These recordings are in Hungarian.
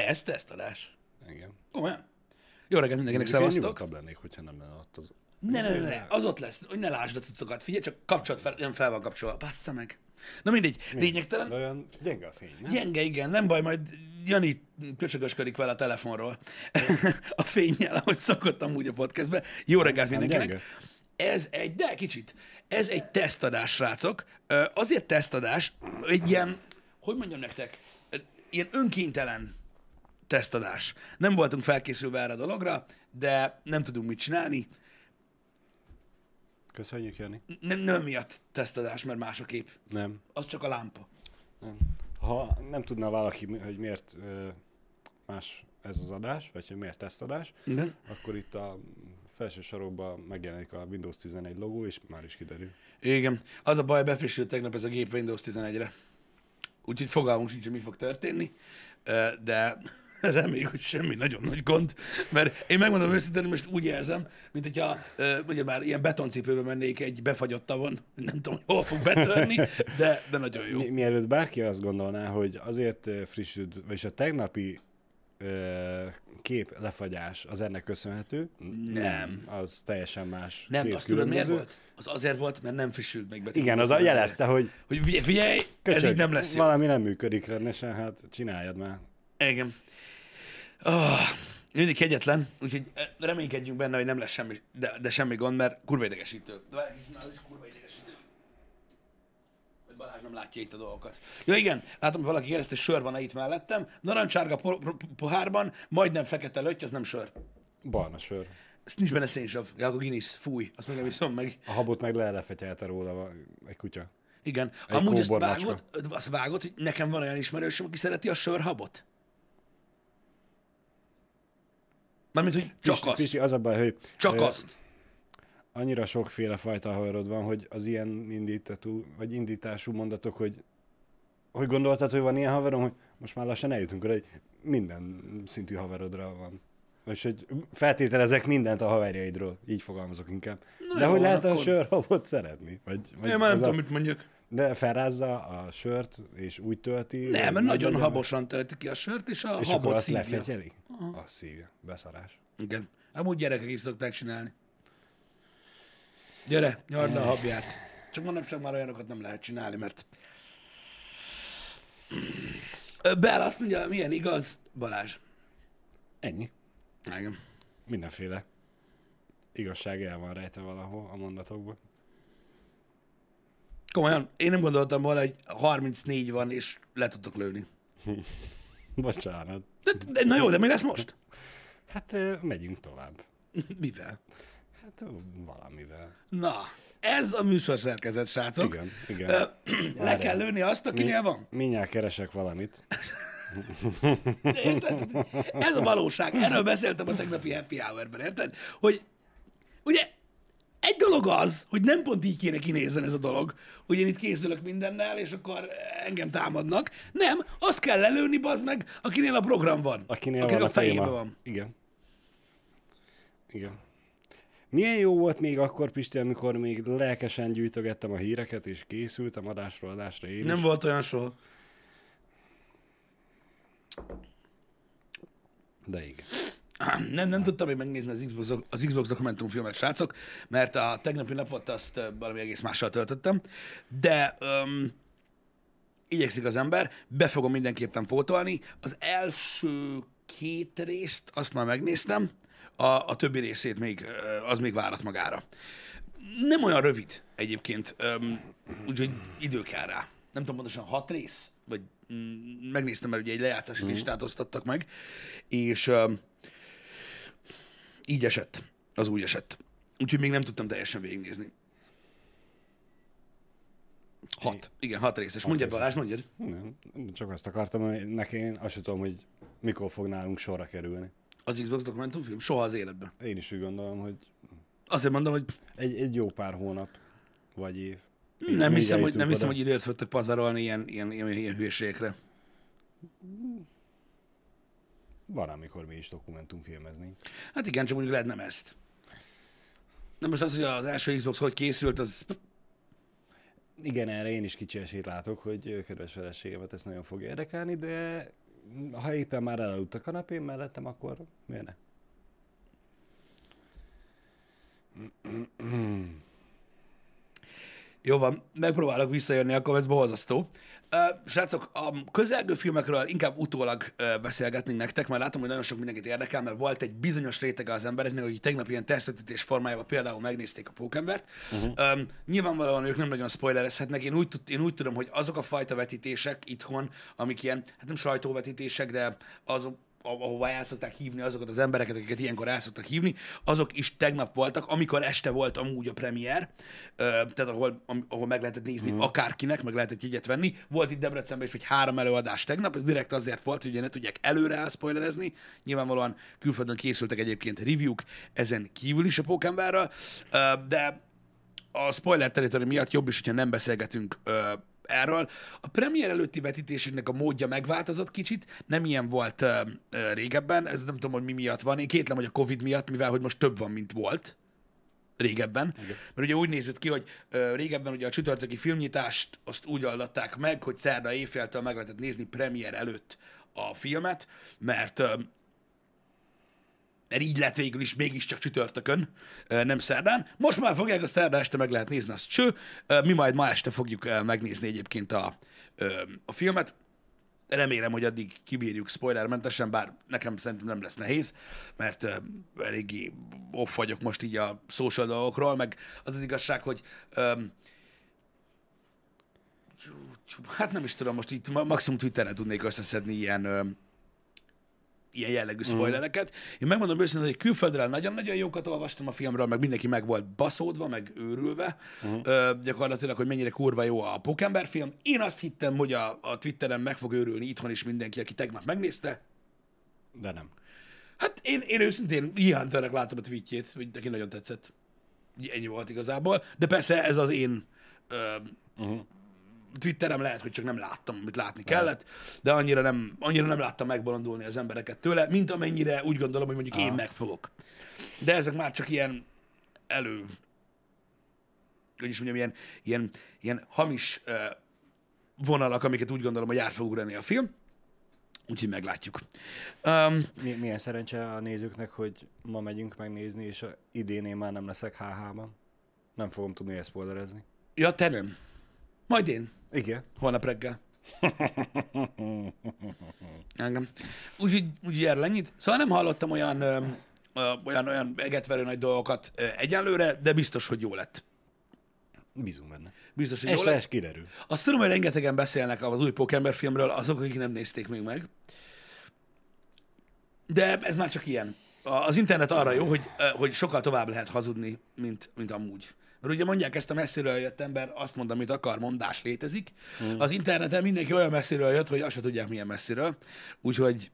Ez tesztadás. Igen. Komolyan? Jó reggelt mindenkinek, Mondjuk én szevasztok. nyugodtabb lennék, hogyha nem lenne ott az... Ne, az ott lesz, hogy ne lásd a cuccokat. Figyelj, csak kapcsolat fel, nem fel van kapcsolva. Bassza meg. Na mindegy, lényegtelen. De olyan gyenge a fény, nem? Gyenge, igen, nem baj, majd Jani köcsögösködik vele a telefonról. A fénnyel, ahogy szokott amúgy a podcastbe. Jó reggelt mindenkinek. gyenge? De kicsit. Ez egy tesztadás, srácok. Azért tesztadás, egy ilyen, hogy mondjam nektek, ilyen önkéntelen tesztadás. Nem voltunk felkészülve erre a dologra, de nem tudunk mit csinálni. Köszönjük, Jani. Nem miatt tesztadás, mert más a kép. Nem. Az csak a lámpa. Nem. Ha nem tudná valaki, hogy miért más ez az adás, vagy hogy miért tesztadás, Igen. akkor itt a felső sarokban megjelenik a Windows 11 logó, és már is kiderül. Igen. Az a baj, befrissült tegnap ez a gép Windows 11-re. Úgyhogy fogalmunk sincs, hogy mi fog történni, de reméljük, hogy semmi nagyon nagy gond, mert én megmondom őszintén, hogy most úgy érzem, mint hogyha mondjuk már ilyen betoncipőbe mennék egy befagyott tavon, nem tudom, hogy hol fog betörni, de nagyon jó. Mielőtt bárki azt gondolná, hogy azért frissült, vagyis a tegnapi kép lefagyás az ennek köszönhető. Nem. Az teljesen más. Nem, Két azt tudod miért különböző. volt? Az azért volt, mert nem frissült meg be. Igen, az jelezte, hogy hogy figyelj, ez köcsög, így nem lesz jó. valami nem működik rendesen, hát csináljad már. Igen. Oh, mindig kegyetlen, úgyhogy reménykedjünk benne, hogy nem lesz semmi, de semmi gond, mert kurva idegesítő. De várj, az is kurva idegesítő. Hogy Balázs nem látja itt a dolgokat. Ja igen, látom, hogy valaki kérdezte, hogy sör van-e itt mellettem. Narancsárga pohárban, majdnem fekete lötty, az nem sör. Barna sör. Ez nincs benne szénsav. Ja, akkor Guinness, fúj, azt még nem iszom meg. A habot meg lefetyelte róla egy kutya. Igen. Egy Amúgy azt kóbormacska. vágod, hogy nekem van olyan ismerősöm, aki szereti a sörhabot. Mármint, hogy csak azt. Pisti, az a baj, hogy Csak azt. annyira sokféle fajta haverod van, hogy az ilyen indítású mondatok, hogy gondoltad, hogy van ilyen haverom, hogy most már lassan eljutunk oda, hogy minden szintű haverodra van. És hogy feltételezek mindent a haverjaidról, így fogalmazok inkább. Na de jó, hogy lehet a akkor- sörhabot szeretni? Vagy Én már nem az tudom, mit mondjak. De felrázza a sört, és úgy tölti. Nem, mert hogy nagyon legyen- habosan tölti ki a sört, és a És akkor habot azt szívja. lefetyeli? Azt szívja. Beszarás. Igen. Amúgy gyerekek is szokták csinálni. Gyere, nyard le a habját. Csak manapság már olyanokat nem lehet csinálni, mert... Bell azt mondja, milyen igaz, Balázs. Ennyi. Igen. Mindenféle igazság el van rejtve valahol a mondatokban. Komolyan, én nem gondoltam volna, hogy 34 van, és le tudtok lőni. Bocsánat. De na jó, de mi lesz most? Hát megyünk tovább. Mivel? Hát valamivel. Na, ez a műsor szerkezet, srácok. Igen, igen. Le kell lőni azt, akinél van. Mindjárt keresek valamit. De érted? Ez a valóság. Erről beszéltem a tegnapi Happy Hour-ben, érted? Hogy ugye egy dolog az, hogy nem pont így kéne kinézzen ez a dolog, hogy én itt készülök mindennel, és akkor engem támadnak. Nem, azt kell lelőni, bazd meg, akinél a program van. Akinél akinek van a fejében téma. van. Igen. Igen. Milyen jó volt még akkor, Pisti, amikor még lelkesen gyűjtögettem a híreket, és készültem adásról adásra én Nem is. volt olyan soha. De igen. Nem tudtam még megnézni az Xbox dokumentumfilmet, srácok, mert a tegnapi napot azt valami egész mással töltöttem, de igyekszik az ember, be fogom mindenképpen pótolni. Az első 2 részt azt már megnéztem, a többi részét még, az még várat magára. Nem olyan rövid egyébként, úgyhogy idő kell rá. Nem tudom pontosan 6 rész, vagy megnéztem, mert ugye egy lejátszási listát osztottak meg, és így esett, az úgy esett. Úgyhogy még nem tudtam teljesen végignézni. 6. Igen, 6 részes. Mondjad, Balázs, mondjad. Nem, csak azt akartam, hogy én azt sem tudom, hogy mikor fog nálunk sorra kerülni. Az Xbox dokumentumfilm? Soha az életben. Én is úgy gondolom, hogy Azért mondom, hogy egy jó pár hónap, vagy év. nem hiszem, hogy, eljutunk oda. időt fogtok pazarolni ilyen hülyeségekre. Van, amikor mi is dokumentumfilmezni. Hát igen, csak mondjuk lehet nem ezt. De most az, hogy az első Xbox hogy készült, az... Igen, erre én is kicsi esélyt látok, hogy kedves feleségemet ezt nagyon fog érdekelni, de Ha éppen már elaludt a kanapén mellettem, akkor miért ne? Jó van, megpróbálok visszajönni, akkor ez borzasztó. Srácok, a közelgő filmekről inkább utólag beszélgetnénk nektek, mert látom, hogy nagyon sok mindenkit érdekel, mert volt egy bizonyos rétege az embereknek, hogy tegnap ilyen tesztetítés formájában például megnézték a Pókembert. Nyilvánvalóan ők nem nagyon spoilerezhetnek. Én úgy tudom, hogy azok a fajta vetítések itthon, amik ilyen, hát nem sajtóvetítések, de azok, ahova el szokták hívni azokat az embereket, akiket ilyenkor el szoktak hívni, azok is tegnap voltak, amikor este volt amúgy a premier, tehát ahol meg lehetett nézni akárkinek, meg lehetett jegyet venni. Volt itt Debrecenben is, vagy 3 előadás tegnap, ez direkt azért volt, hogy ugye ne tudják előre elspoilerezni. Nyilvánvalóan külföldön készültek egyébként review-k ezen kívül is a Pókemberről, de a spoiler territory miatt jobb is, hogyha nem beszélgetünk erről. A premier előtti vetítéseknek a módja megváltozott kicsit, nem ilyen volt régebben, ez nem tudom, hogy mi miatt van. Én kétlem, hogy a Covid miatt, mivel hogy most több van, mint volt régebben. Igen. Mert ugye úgy nézett ki, hogy régebben ugye a csütörtöki filmnyitást azt úgy oldották meg, hogy szerda éjféltől meg lehetett nézni premier előtt a filmet, mert így lett végül is mégiscsak csütörtökön, nem szerdán. Most már fogják, a szerda este meg lehet nézni, az cső. Mi majd ma este fogjuk megnézni egyébként a filmet. Remélem, hogy addig kibírjuk spoilermentesen, bár nekem szerintem nem lesz nehéz, mert eléggé off vagyok most így a social dolgokról, meg az az igazság, hogy hát nem is tudom, most itt maximum Twitteren tudnék összeszedni ilyen jellegű spoilereket. Én megmondom őszintén, hogy külföldről nagyon-nagyon jókat olvastam a filmről, meg mindenki meg volt baszódva, meg őrülve. Gyakorlatilag, hogy mennyire kurva jó a Pókember film. Én azt hittem, hogy a Twitteren meg fog őrülni itthon is mindenki, aki tegnap megnézte. De nem. Hát én őszintén Hunternek látom a tweetjét, hogy neki nagyon tetszett. Ennyi volt igazából. De persze ez az én Twitterem lehet, hogy csak nem láttam, amit látni kellett, de annyira nem láttam megbolondulni az embereket tőle, mint amennyire úgy gondolom, hogy mondjuk én megfogok. De ezek már csak ilyen hogy is mondjam, ilyen hamis vonalak, amiket úgy gondolom, hogy át fog ugrani a film. Úgyhogy meglátjuk. Milyen szerencse a nézőknek, hogy ma megyünk megnézni, és idén én már nem leszek HH-ban. Nem fogom tudni ezt spoilerezni. Ja, te nem. Majd én. Igen. Holnap reggel. Engem. Úgyhogy erről ennyit. Szóval nem hallottam olyan egetverő nagy dolgokat egyenlőre, de biztos, hogy jó lett. Bízunk benne. Biztos, hogy jó lett. Kiderül. Azt tudom, hogy rengetegen beszélnek az új Pókember filmről, azok, akik nem nézték még meg. De ez már csak ilyen. Az internet arra jó, hogy sokkal tovább lehet hazudni, mint amúgy. Mert ugye mondják, ezt a messziről jött ember, azt mond, amit akar, mondás létezik. Az interneten mindenki olyan messziről jött, hogy azt se tudják, milyen messziről. Úgyhogy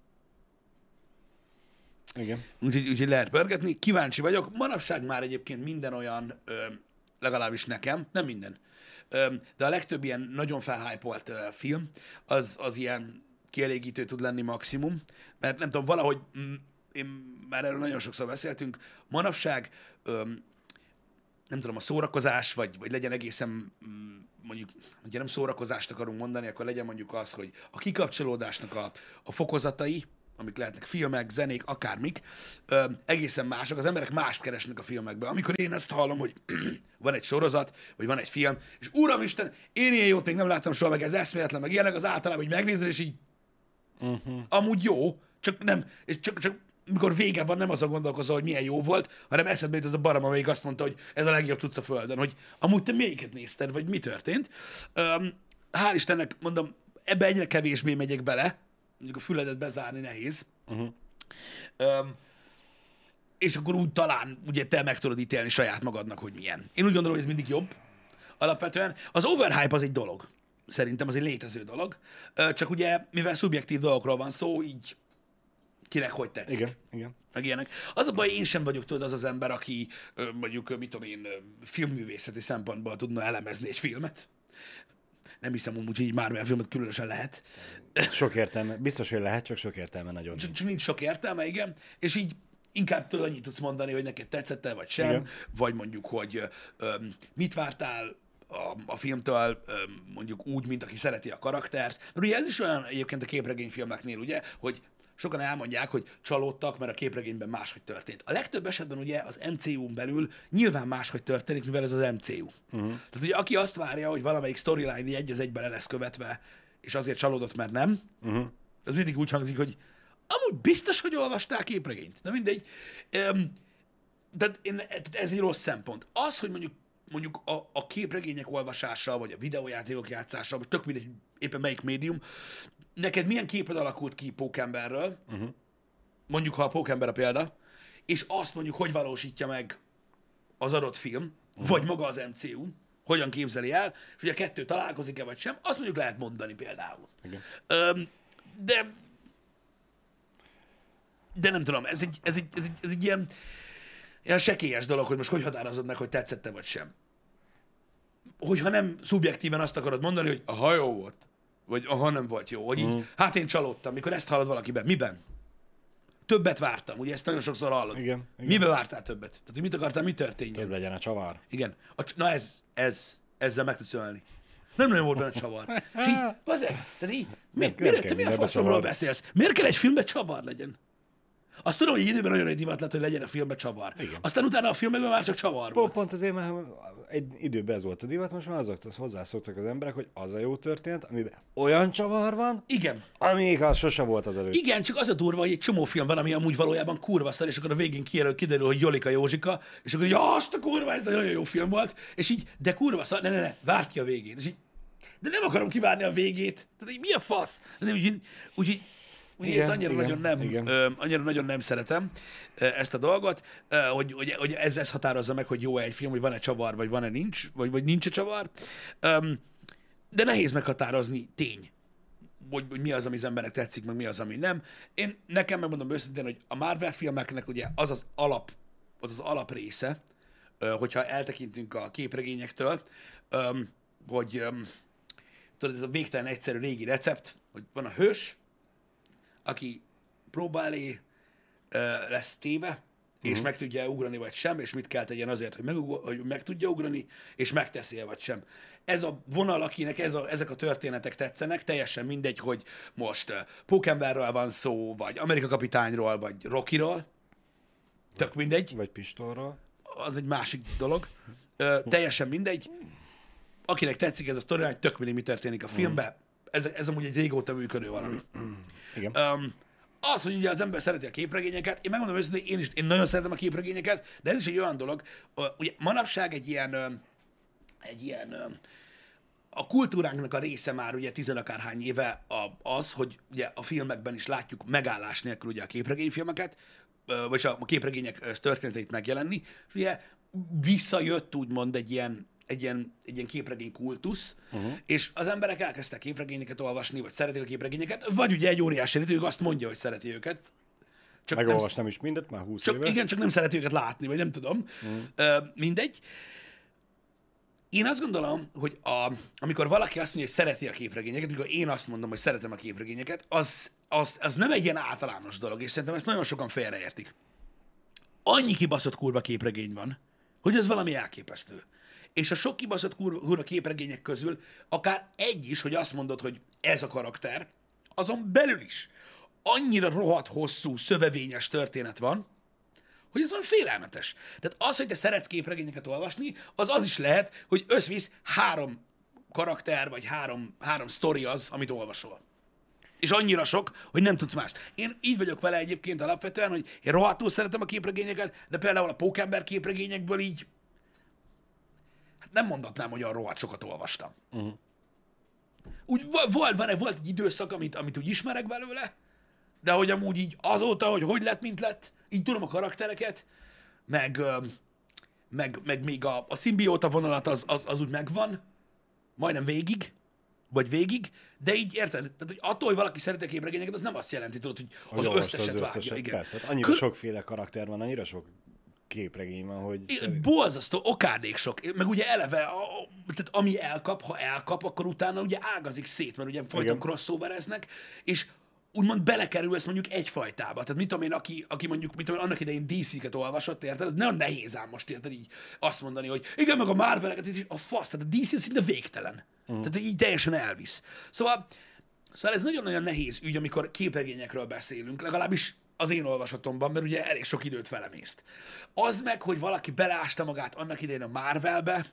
igen. Úgyhogy lehet pörgetni. Kíváncsi vagyok. Manapság már egyébként minden olyan, legalábbis nekem, nem minden, de a legtöbb ilyen nagyon felhypolt film, az ilyen kielégítő tud lenni maximum. Mert nem tudom, valahogy, én már erről nagyon sokszor beszéltünk, manapság nem tudom, a szórakozás, vagy legyen egészen, mondjuk, hogyha nem szórakozást akarunk mondani, akkor legyen mondjuk az, hogy a kikapcsolódásnak a fokozatai, amik lehetnek filmek, zenék, akármik, egészen mások. Az emberek mást keresnek a filmekben. Amikor én ezt hallom, hogy van egy sorozat, vagy van egy film, és Uramisten, én ilyen jót még nem láttam soha, meg ez eszméletlen, meg ilyenek, az általában, hogy megnézed, és így amúgy jó, csak nem, és csak mikor vége van, nem azon gondolkozol, hogy milyen jó volt, hanem eszedbe jut az a barom, amelyik azt mondta, hogy ez a legjobb cucc a földön, hogy amúgy te melyiket nézted, vagy mi történt. Hál' Istennek, mondom, ebbe egyre kevésbé megyek bele, mondjuk a füledet bezárni nehéz. És akkor úgy talán ugye te meg tudod ítélni saját magadnak, hogy milyen. Én úgy gondolom, hogy ez mindig jobb. Alapvetően az overhype az egy dolog. Szerintem az egy létező dolog. Csak ugye, mivel szubjektív dolgokról van szó, így kinek hogy tetszik. Igen. Meg ilyenek. Az a baj, én sem vagyok, tudod, az az ember, aki mondjuk, mit tudom én, filmművészeti szempontból tudna elemezni egy filmet. Nem hiszem úgy, hogy Marvel filmet különösen lehet. Sok értelme. Biztos, hogy lehet, csak sok értelme nagyon. Csak nincs sok értelme, igen. És így inkább tudod annyit tudsz mondani, hogy neked tetszett-e, vagy sem. Igen. Vagy mondjuk, hogy mit vártál a filmtől, mondjuk úgy, mint aki szereti a karaktert. Mert ugye ez is olyan egyébként a képregényfilmeknél, ugye, hogy sokan elmondják, hogy csalódtak, mert a képregényben máshogy történt. A legtöbb esetben ugye az MCU-n belül nyilván máshogy történik, mivel ez az MCU. Tehát ugye aki azt várja, hogy valamelyik storyline egy az egyben le lesz követve, és azért csalódott, mert nem, az mindig úgy hangzik, hogy amúgy biztos, hogy olvastál képregényt. Na mindegy. Tehát ez egy rossz szempont. Az, hogy mondjuk a képregények olvasása, vagy a videójátékok játszása, vagy tök mindegy, éppen melyik médium, neked milyen képed alakult ki Pókemberről, mondjuk, ha a Pókember a példa, és azt mondjuk, hogy valósítja meg az adott film, vagy maga az MCU, hogyan képzeli el, és hogy a kettő találkozik-e vagy sem, azt mondjuk lehet mondani például. Igen. De nem tudom, ez egy ilyen sekélyes dolog, hogy most hogy határozod meg, hogy tetszette vagy sem. Hogyha nem szubjektíven azt akarod mondani, hogy aha, jó volt, vagy aha, nem volt jó, hogy így, hát én csalódtam, mikor ezt hallod valakiben. Miben? Többet vártam, ugye ezt nagyon sokszor hallod. Igen. Miben vártál többet? Tehát, hogy mit akartál, mi történjen? Több legyen a csavar. Igen. Na ezzel meg tudsz ölni. Nem nagyon volt benne csavar. És így, bazeg, tehát így, te mi a faszomról beszélsz? Miért kell egy filmben csavar legyen? Azt tudom, hogy egy időben nagyon egy divat lett, hogy legyen a filmben csavar. Igen. Aztán utána a filmekben már csak csavar volt. Pont azért, mert egy időben ez volt a divat, most már azokhoz hozzászoktak az emberek, hogy az a jó történet, amiben olyan csavar van, Igen. amíg az sose volt az előtt. Igen, csak az a durva, hogy egy csomó film van, ami amúgy valójában kurva szar, és akkor a végén kiderül, hogy Jolika Józsika, és akkor így, azt a kurva, ez nagyon jó film volt, és így, de kurva szar, ne, várd ki a végét. És így, de nem akarom kivárni a végét. Tehát így, mi a fasz? Úgyhogy ezt annyira nagyon nem szeretem ezt a dolgot, hogy ez határozza meg, hogy jó-e egy film, hogy van-e csavar, vagy van-e nincs, vagy nincs-e csavar. De nehéz meghatározni tény, hogy mi az, ami az embernek tetszik, meg mi az, ami nem. Nekem megmondom őszintén, hogy a Marvel filmeknek ugye az alap része, hogyha eltekintünk a képregényektől, hogy tudod, ez a végtelen egyszerű régi recept, hogy van a hős, aki próba elé lesz téve, és meg tudja ugrani vagy sem, és mit kell tegyen azért, hogy meg tudja ugrani, és megteszi vagy sem. Ez a vonal, akinek ezek a történetek tetszenek, teljesen mindegy, hogy most Pókemberről van szó, vagy Amerika Kapitányról, vagy Rockyról, tök mindegy. Vagy Pistolról. Az egy másik dolog. Teljesen mindegy. Akinek tetszik ez a sztori, tök mindegy, mi történik a filmben. Ez amúgy egy régóta működő valami. Igen. Az, hogy ugye az ember szereti a képregényeket, én megmondom őszintén, én nagyon szeretem a képregényeket, de ez is egy olyan dolog, ugye manapság egy ilyen a kultúránknak a része már ugye tizenakárhány éve az, hogy ugye a filmekben is látjuk megállás nélkül ugye a képregényfilmeket, vagy a képregények történeteit megjelenni, és ugye visszajött úgymond egy ilyen képregény kultusz, és az emberek elkezdtek képregényeket olvasni, vagy szeretik a képregényeket, vagy ugye egy óriási ők azt mondja, hogy szereti őket. Csak megolvastam is mindet, már 20 éve. Igen, csak nem szereti őket látni, vagy nem tudom. Mindegy. Én azt gondolom, hogy amikor valaki azt mondja, hogy szereti a képregényeket, amikor én azt mondom, hogy szeretem a képregényeket, az nem egy ilyen általános dolog, és szerintem ezt nagyon sokan félreértik. Annyi kibaszott kurva képregény van, hogy ez valami elképesztő. És a sok kibaszott kurva képregények közül akár egy is, hogy azt mondod, hogy ez a karakter, azon belül is annyira rohadt hosszú, szövevényes történet van, hogy ez van félelmetes. Tehát az, hogy te szeretsz képregényeket olvasni, az is lehet, hogy összvisz 3 karakter, vagy 3 sztori az, amit olvasol. És annyira sok, hogy nem tudsz mást. Én így vagyok vele egyébként alapvetően, hogy én rohadtul szeretem a képregényeket, de például a Pókember képregényekből így nem mondatnám, hogy olyan rohadt sokat olvastam. Úgy volt egy időszak, amit úgy ismerek belőle, de hogy amúgy így azóta, hogy lett, mint lett, így tudom a karaktereket, meg még a szimbióta vonalat az úgy megvan, majdnem végig, de így érted? Tehát, hogy attól, hogy valaki szereti a képregényeket, az nem azt jelenti, tudod, hogy az összeset vágja. Igen. Persze, hát annyira sokféle karakter van, annyira sok képregény van, hogy... Borzasztó, okádék sok. Meg ugye eleve, tehát ami elkap, ha elkap, akkor utána ugye ágazik szét, mert ugye folyton crossovereznek, és úgymond belekerülsz mondjuk egyfajtába. Tehát mit tudom én, aki mondjuk, mit tudom én, annak idején DC-ket olvasott, érted? Ez nagyon nehéz ám most, érted, így azt mondani, hogy igen, meg a Marvel-eket, és a fasz, tehát a DC szinte végtelen. Tehát így teljesen elvisz. Szóval ez nagyon-nagyon nehéz ügy, amikor képregényekről beszélünk, legalábbis az én olvasatomban, mert ugye elég sok időt felemészt. Az meg, hogy valaki beleásta magát annak idején a Marvelbe,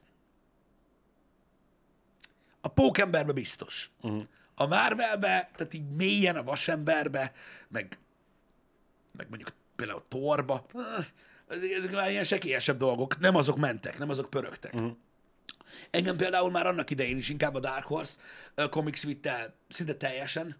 a Pókemberbe biztos. A Marvelbe, tehát így mélyen a Vasemberbe, meg mondjuk például a Thorba, ezek már ilyen sekélyesebb dolgok, nem azok mentek, nem azok pörögtek. Engem például már annak idején is inkább a Dark Horse Comics vitt el szinte teljesen.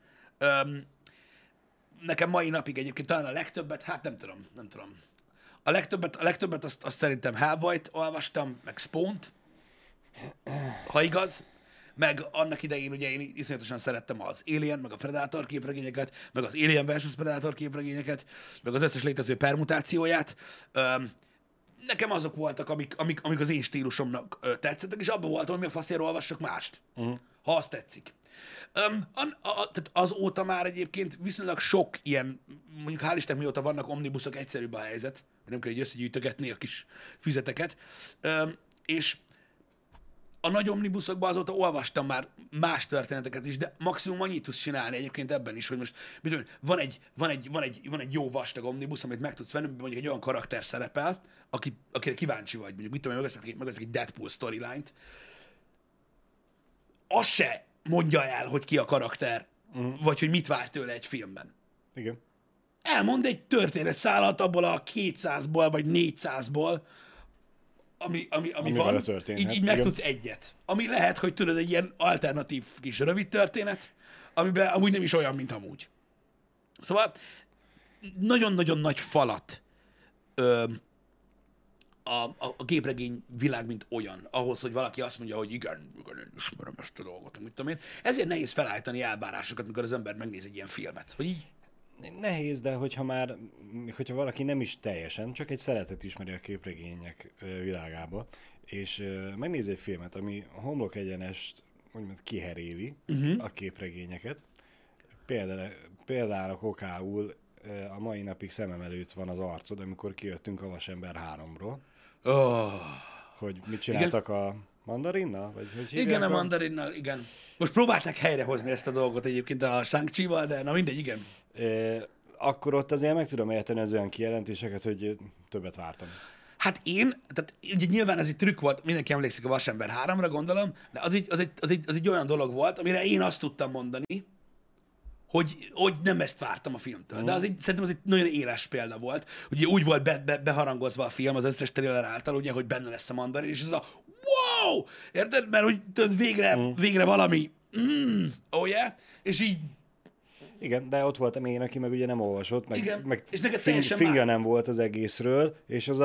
Nekem mai napig egyébként talán a legtöbbet, hát nem tudom. A legtöbbet azt szerintem Hellboyt olvastam, meg Spawn-t, ha igaz, meg annak idején ugye én iszonyatosan szerettem az Alien, meg a Predator képregényeket, meg az Alien vs. Predator képregényeket, meg az összes létező permutációját. Nekem azok voltak, amik az én stílusomnak tetszettek, és abban voltam, hogy mi a faszéről olvassak mást, ha azt tetszik. Tehát azóta már egyébként viszonylag sok ilyen, mondjuk hál' Istennek mióta vannak omnibuszok, egyszerűbb a helyzet, nem kell így összegyűjtögetni a kis füzeteket, és a nagy omnibuszokban azóta olvastam már más történeteket is, de maximum annyit tudsz csinálni egyébként ebben is, hogy most mit tudom, van egy jó vastag omnibusz, amit meg tudsz venni, mondjuk egy olyan karakter szerepel, akire kíváncsi vagy, mondjuk mit tudom, megveszek egy Deadpool storyline-t, az se mondja el, hogy ki a karakter, vagy hogy mit vár tőle egy filmben. Igen. Elmond egy történetszálat abból a 200-ból, vagy 400-ból, ami van, így megtudsz egyet. Ami lehet, hogy tudod, egy ilyen alternatív kis rövid történet, amiben amúgy nem is olyan, mint amúgy. Szóval nagyon-nagyon nagy falat a képregény világ, mint olyan, ahhoz, hogy valaki azt mondja, hogy igen, én ismerem ezt a dolgot, mit tudom én. Ezért nehéz felállítani elvárásokat, mikor az ember megnéz egy ilyen filmet. Hogy így nehéz, de hogyha valaki nem is teljesen, csak egy szeretet ismeri a képregények világába, és megnéz egy filmet, ami homlok egyenest úgymond kiheréli a képregényeket, például okául a mai napig szemem előtt van az arcod, amikor kijöttünk a Vasember 3-ról. Hogy mit csináltak a Mandarinnal? Vagy hogy igen, a Mandarinnal, igen. Most próbálták helyrehozni ezt a dolgot egyébként a Shang-Chi-val, de na mindegy, igen. Akkor ott azért meg tudom érteni az olyan kijelentéseket, hogy többet vártam. Hát tehát ugye nyilván ez egy trükk volt, mindenki emlékszik a Vasember 3-ra, gondolom, de az egy olyan dolog volt, amire én azt tudtam mondani, hogy nem ezt vártam a filmtől. De szerintem az egy nagyon éles példa volt. Ugye úgy volt beharangozva a film az összes trailer által, ugye, hogy benne lesz a Mandarin, és ez a wow! Érted? Mert hogy tudod, végre valami oh yeah? És így igen, de ott voltam én, aki meg ugye nem olvasott, meg és neked finga nem volt az egészről, és az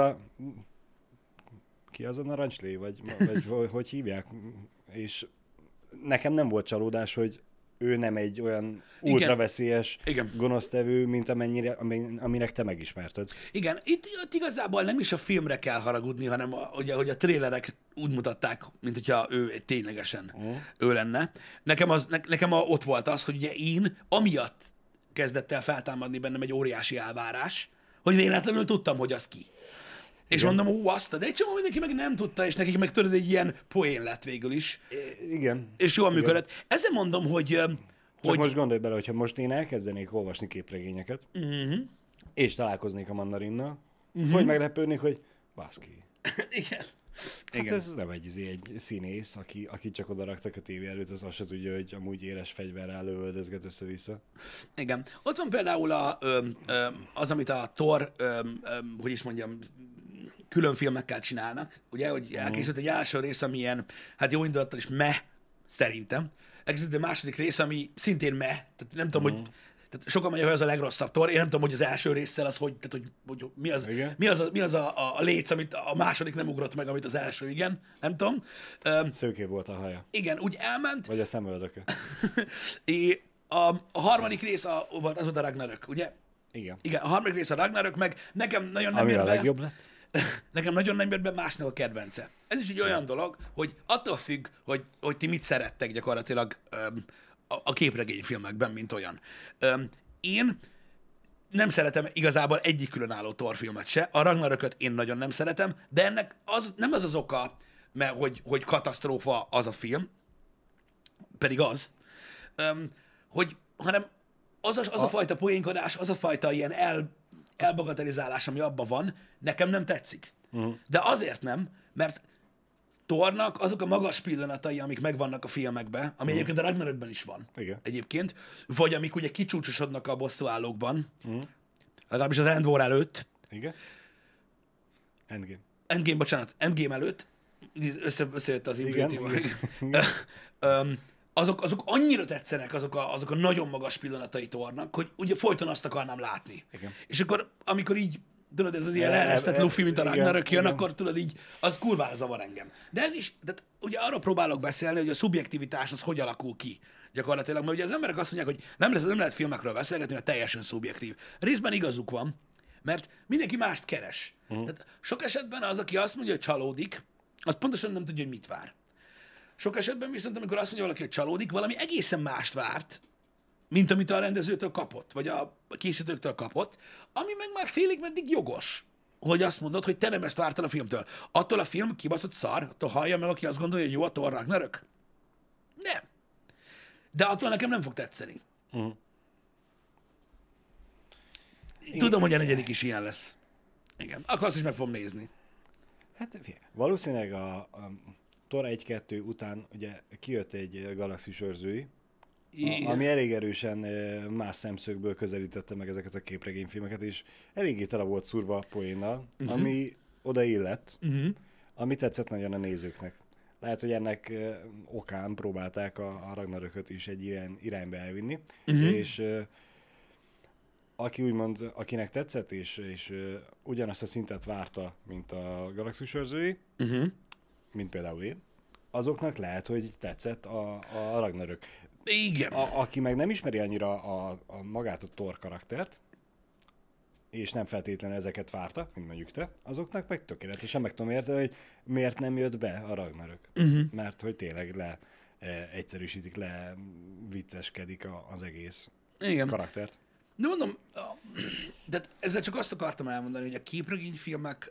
ki az a narancslé, vagy hogy hívják? És nekem nem volt csalódás, hogy ő nem egy olyan ultraveszélyes gonosztevő, mint aminek te megismerted. Igen, itt igazából nem is a filmre kell haragudni, hanem ugye, hogy a trélerek úgy mutatták, mint hogyha ő ténylegesen ő lenne. Nekem ott volt az, hogy ugye én amiatt kezdett el feltámadni bennem egy óriási elvárás, hogy véletlenül tudtam, hogy az ki. És mondom, azt, de egy csomó mindenki meg nem tudta, és nekik meg tudod, egy ilyen poén lett végül is. Igen. És jól működött. Ezzel mondom, hogy most gondolj bele, hogyha most én elkezdenék olvasni képregényeket, és találkoznék a Mandarinnal, hogy meglepődnék, hogy baszki. Igen. Hát ez nem egy színész, aki csak oda raktak a tévé előtt, az azt se tudja, hogy amúgy éles fegyverrel lövöldözget össze-vissza. Igen. Ott van például az, amit a Thor, hogy is mondjam, külön filmekkel csinálnak, ugye, hogy elkészült egy első rész, ami ilyen, hát jó indulattal is szerintem. Elkészült egy második rész, ami szintén tehát nem tudom, hogy tehát sokan mondják, hogy az a legrosszabb Thor, én nem tudom, hogy az első résszel az, hogy mi az a léc, amit a második nem ugrott meg, amit az első, igen, nem tudom. Szőkébb volt a haja. Igen, úgy elment. Vagy a szemöldöke. A harmadik rész az volt a Ragnarök, ugye? Igen. Igen, a harmadik rész a Ragnarök, meg nekem nagyon nem ami jött a be. Legjobb lett? Nekem nagyon nem jött be másnak a kedvence. Ez is egy olyan dolog, hogy attól függ, hogy ti mit szerettek gyakorlatilag a képregényfilmekben, mint olyan. én nem szeretem igazából egyik különálló Thor filmet se. A Ragnarököt én nagyon nem szeretem, de ennek nem az az oka, mert hogy katasztrófa az a film, pedig az, hanem az a fajta poénkodás, az a fajta ilyen elbagatelizálás, ami abban van, nekem nem tetszik. De azért nem, mert Thornak azok a magas pillanatai, amik megvannak a filmekben, ami egyébként a Ragnarökben is van. Igen. Egyébként, vagy amik ugye kicsúcsosodnak a bosszúállókban, legalábbis az End War előtt, Igen. Endgame. Endgame előtt, összejött az Infinity War. Igen. Azok annyira tetszenek, azok a nagyon magas pillanatai Thornak, hogy ugye folyton azt akarnám látni. Igen. És akkor, amikor így, tudod, ez az ilyen leeresztett Luffy, mint a Ragnarök jön, igen. akkor tudod így, az kurvára zavar engem. De ez is, de ugye arról próbálok beszélni, hogy a szubjektivitás az hogy alakul ki gyakorlatilag, mert ugye az emberek azt mondják, hogy nem lehet filmekről beszélgetni, mert teljesen szubjektív. Részben igazuk van, mert mindenki mást keres. Tehát sok esetben az, aki azt mondja, hogy csalódik, az pontosan nem tudja, hogy mit vár. Sok esetben viszont, amikor azt mondja valaki, hogy csalódik, valami egészen mást várt, mint amit a rendezőtől kapott, vagy a készítőktől kapott, ami meg már félig meddig jogos, hogy azt mondod, hogy te nem ezt vártad a filmtől. Attól a film kibaszott szar, attól hallja meg, aki azt gondolja, hogy jó a Thor Ragnarök. Nem. De attól nekem nem fog tetszeni. Tudom, hogy a negyedik is ilyen lesz. Igen. Akkor azt is meg fogom nézni. Hát valószínűleg a Thor 1-2 után ugye kijött egy Galaxis őrzői, ami elég erősen más szemszögből közelítette meg ezeket a képregényfilmeket, és eléggé tele volt szúrva a poénnal, ami oda illett, ami tetszett nagyon a nézőknek. Lehet, hogy ennek okán próbálták a Ragnarököt is egy irányba elvinni, és aki úgymond, akinek tetszett, és ugyanazt a szintet várta, mint a Galaxis őrzői, mint például én, azoknak lehet, hogy tetszett a Ragnarök. Igen. Aki meg nem ismeri annyira magát a Thor karaktert, és nem feltétlenül ezeket várta, mint mondjuk te, azoknak meg tökéletesen meg tudom érteni, hogy miért nem jött be a Ragnarök. Mert hogy tényleg egyszerűsítik, vicceskedik az egész karaktert. De mondom, de ezzel csak azt akartam elmondani, hogy a képregényfilmek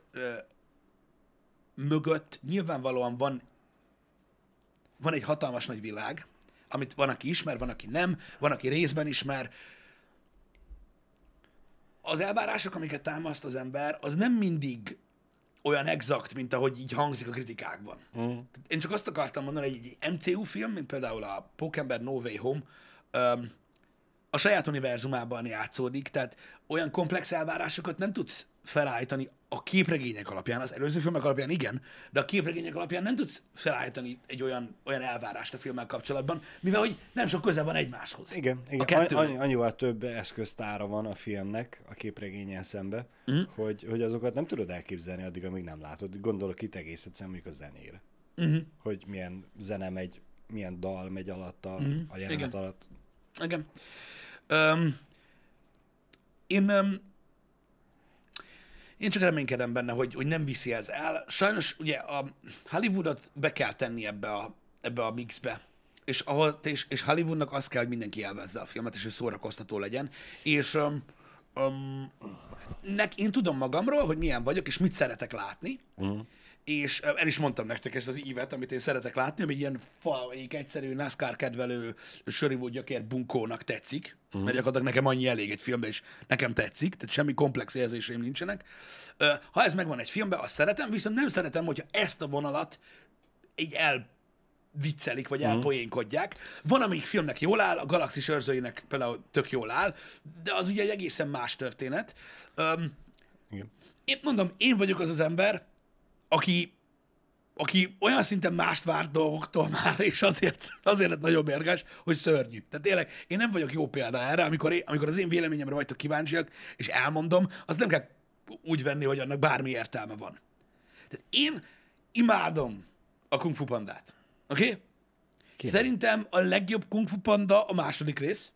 mögött nyilvánvalóan van egy hatalmas nagy világ, amit van, aki ismer, van, aki nem, van, aki részben ismer. Az elvárások, amiket támaszt az ember, az nem mindig olyan exakt, mint ahogy így hangzik a kritikákban. Én csak azt akartam mondani, hogy egy MCU film, mint például a Pókember No Way Home, a saját univerzumában játszódik, tehát olyan komplex elvárásokat nem tudsz felállítani a képregények alapján, az előző filmek alapján igen, de a képregények alapján nem tudsz felállítani egy olyan elvárást a filmmel kapcsolatban, mivel hogy nem sok köze van egymáshoz. Igen. Annyival több eszköztára van a filmnek a képregényen szembe, hogy azokat nem tudod elképzelni addig, amíg nem látod. Gondolok itt egész egyszerűen mondjuk a zenére. Hogy milyen zene megy, milyen dal megy alatta, a jelenet alatt. Igen. Én csak reménykedem benne, hogy nem viszi ez el. Sajnos ugye a Hollywoodot be kell tenni ebbe a mixbe. És Hollywoodnak azt kell, hogy mindenki élvezze a filmet, és hogy szórakoztató legyen. És én tudom magamról, hogy milyen vagyok, és mit szeretek látni. És el is mondtam nektek ezt az ívet, amit én szeretek látni, ami ilyen egyszerű NASCAR kedvelő Sörivó gyökér bunkónak tetszik, mert gyakorlatilag nekem annyi elég egy filmben, és nekem tetszik, tehát semmi komplex érzéseim nincsenek. Ha ez megvan egy filmben, azt szeretem, viszont nem szeretem, hogyha ezt a vonalat így elviccelik, vagy elpoénkodják. Van, amelyik filmnek jól áll, a Galaxis őrzőinek például tök jól áll, de az ugye egy egészen más történet. Én mondom, én vagyok az ember, aki olyan szinten mást várt dolgoktól már, és azért lett nagyon mérges, hogy szörnyű. Tehát tényleg, én nem vagyok jó példa erre, amikor az én véleményemre vagytok kíváncsiak, és elmondom, azt nem kell úgy venni, hogy annak bármi értelme van. Tehát én imádom a Kung Fu Pandát. Oké? Okay? Szerintem a legjobb Kung Fu Panda a második rész.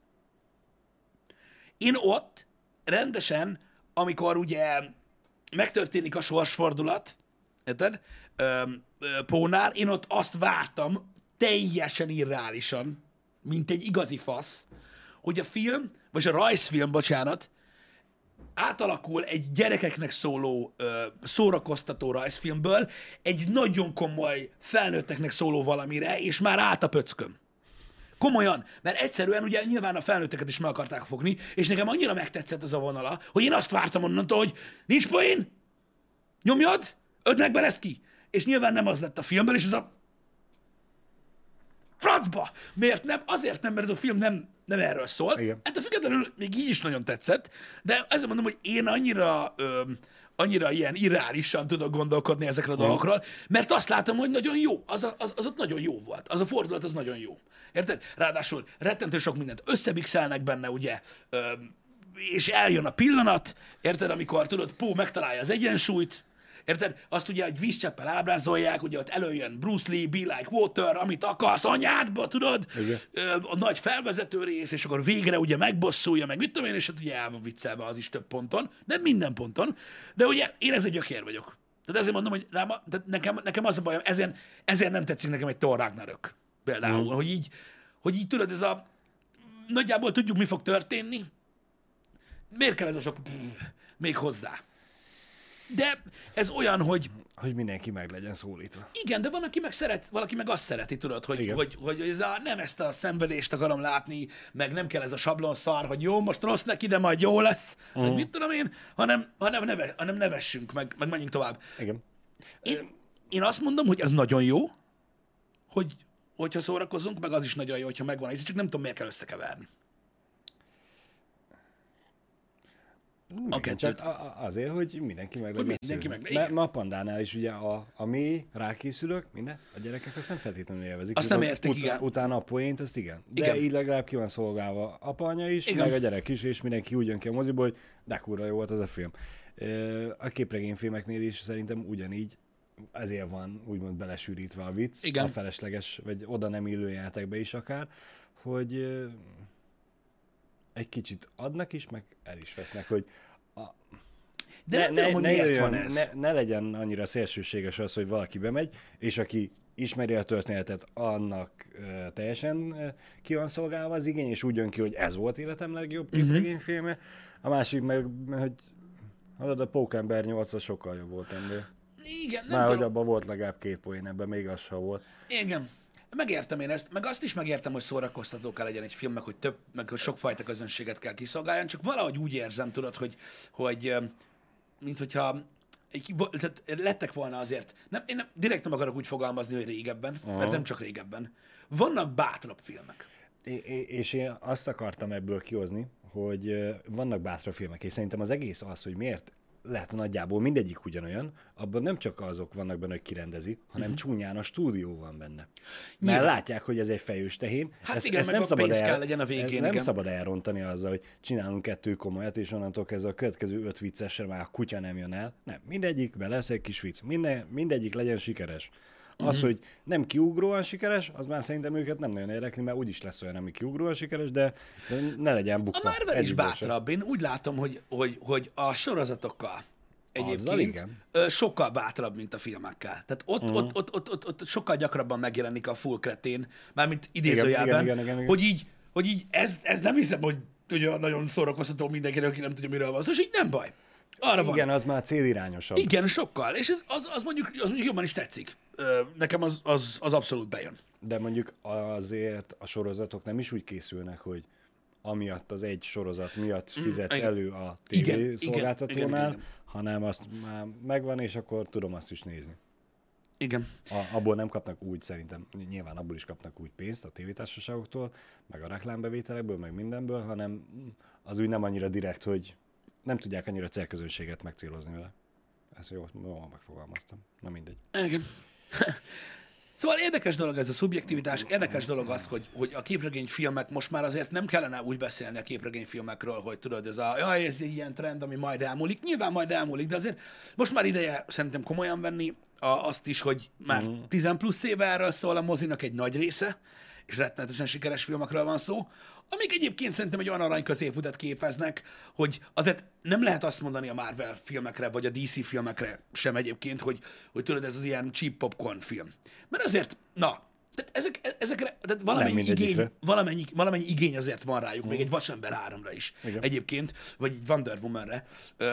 Én ott rendesen, amikor ugye megtörténik a sorsfordulat, érted? Pónál, én ott azt vártam teljesen irreálisan, mint egy igazi fasz, hogy a film vagy a rajzfilm, bocsánat, átalakul egy gyerekeknek szóló szórakoztató rajzfilmből egy nagyon komoly felnőtteknek szóló valamire, és már állt a pöcköm. Komolyan, mert egyszerűen ugye nyilván a felnőtteket is meg akarták fogni, és nekem annyira megtetszett az a vonala, hogy én azt vártam onnantól, hogy nincs poén, nyomjad, öld meg be lesz ki. És nyilván nem az lett a filmből, és ez a francba! Miért nem? Azért nem, mert ez a film nem erről szól. Igen. Hát a függetlenül még így is nagyon tetszett, de ezzel mondom, hogy én annyira ilyen irreálisan tudok gondolkodni ezekről a dolgokról, mert azt látom, hogy nagyon jó. Az ott nagyon jó volt. Az a fordulat az nagyon jó. Érted? Ráadásul rettentő sok mindent összebixelnek benne, ugye, és eljön a pillanat, érted, amikor tudod, Poe megtalálja az egyensúlyt, érted? Azt ugye egy vízcseppel ábrázolják, ugye ott előjön Bruce Lee, Be Like Water, amit akarsz anyádba, tudod? A nagy felvezető rész, és akkor végre ugye megbosszulja, meg mit tudom én, és hát ugye el van viccelve az is több ponton, nem minden ponton, de ugye én ez egy gyökér vagyok. Tehát ezért mondom, hogy nekem az a bajom, ezért nem tetszik nekem egy Thor Ragnarök. Például, hogy így tudod, ez a nagyjából tudjuk, mi fog történni, miért kell ez a sok még hozzá? De ez olyan, hogy mindenki meg legyen szólítva. igen, de van, aki meg valaki meg azt szereti, tudod, hogy ez nem ezt a szenvedést akarom látni, meg nem kell ez a sablon szar, hogy jó, most rossz neki, de majd jó lesz, meg mit tudom én, hanem nevessünk, meg menjünk tovább. Igen. Én azt mondom, hogy ez nagyon jó, hogyha szórakozunk, meg az is nagyon jó, hogyha megvan, és csak nem tudom, miért kell összekeverni. Igen, csak azért, hogy mindenki meg legyen szólítva. Ma a Pandánál is ugye a mi rákészülők, minden, a gyerekek azt nem feltétlenül élvezik. Azt nem értik, igen. Utána a poént, azt igen. De igen. így legalább ki van szolgálva apa, anya is, igen. meg a gyerek is, és mindenki úgy jön ki a moziból, hogy de kurva jó volt az a film. A képregényfilmeknél is szerintem ugyanígy, ezért van úgymond belesűrítve a vicc, igen. a felesleges, vagy oda nem illő játékbe is akár, hogy egy kicsit adnak is, meg el is vesznek, hogy de nem tudom, hogy miért van ez. Ne legyen annyira szélsőséges az, hogy valaki bemegy, és aki ismeri a történetet, annak teljesen ki van szolgálva az igény, és úgy jön ki, hogy ez volt életem legjobb képregényfilme. A másik meg, hogy a Pókember 8 sokkal jobb volt ennél. Igen, nem már tudom. hogy abban volt legalább 2 poén, ebben még az sem volt. Igen. Megértem én ezt, meg azt is megértem, hogy szórakoztató kell legyen egy film, meg hogy sokfajta közönséget kell kiszolgáljon, csak valahogy úgy érzem, tudod, hogy mint hogyha tehát lettek volna azért, én direkt nem akarok úgy fogalmazni, hogy régebben, mert nem csak régebben. Vannak bátrabb filmek. És én azt akartam ebből kihozni, hogy vannak bátrabb filmek, és szerintem az egész az, hogy miért lehet nagyjából mindegyik ugyanolyan, abban nem csak azok vannak benne, hogy kirendezi, hanem csúnyán a stúdió van benne. Mert látják, hogy ez egy fejős tehén. Hát igen, meg nem szabad pénz kell legyen a végén. Nem szabad elrontani azzal, hogy csinálunk 2 komolyat, és onnantól kezdve a következő 5 viccesre már a kutya nem jön el. Nem, mindegyikben lesz egy kis vicc. Mindegyik legyen sikeres. Az, hogy nem kiugróan sikeres, az már szerintem őket nem nagyon érdekli, mert úgyis lesz olyan, ami kiugróan sikeres, de ne legyen bukta. A Marvel is bátrabb. Én úgy látom, hogy a sorozatokkal egyébként sokkal bátrabb, mint a filmekkel. Tehát ott sokkal gyakrabban megjelenik a full kretén, mármint idézőjelben, igen. hogy így ez nem hiszem, hogy ugye nagyon szórakoztató mindenkinek, aki nem tudja, miről van szó, és így nem baj. Arra igen, van. az már célirányosabb. Igen, sokkal. És az mondjuk jobban is tetszik. Nekem az abszolút bejön. De mondjuk azért a sorozatok nem is úgy készülnek, hogy amiatt az egy sorozat miatt fizetsz elő a TV szolgáltatónál, hanem azt már megvan, és akkor tudom azt is nézni. Igen. Abból nem kapnak úgy, szerintem, nyilván abból is kapnak úgy pénzt a tévétársaságoktól, meg a reklámbevételekből, meg mindenből, hanem az úgy nem annyira direkt, hogy nem tudják annyira célközönséget megcélozni vele. Ezt jól megfogalmaztam. Na mindegy. Igen. Szóval érdekes dolog ez a szubjektivitás, érdekes dolog az, hogy a képregényfilmek most már azért nem kellene úgy beszélni a képregényfilmekről, hogy tudod, ez egy ilyen trend, ami majd elmúlik. Nyilván majd elmúlik, de azért most már ideje szerintem komolyan venni azt is, hogy már 10 plusz éve erről szól a mozinak egy nagy része, és rettenetesen sikeres filmekről van szó, amik egyébként szerintem egy olyan arany középutat képeznek, hogy azért nem lehet azt mondani a Marvel filmekre, vagy a DC filmekre sem egyébként, hogy tudod, ez az ilyen cheap popcorn film. Mert azért, Tehát ezekre tehát mindegyikre. valamennyi igény azért van rájuk, még egy Vasember 3-ra is Igen. egyébként, vagy egy Wonder Woman-re,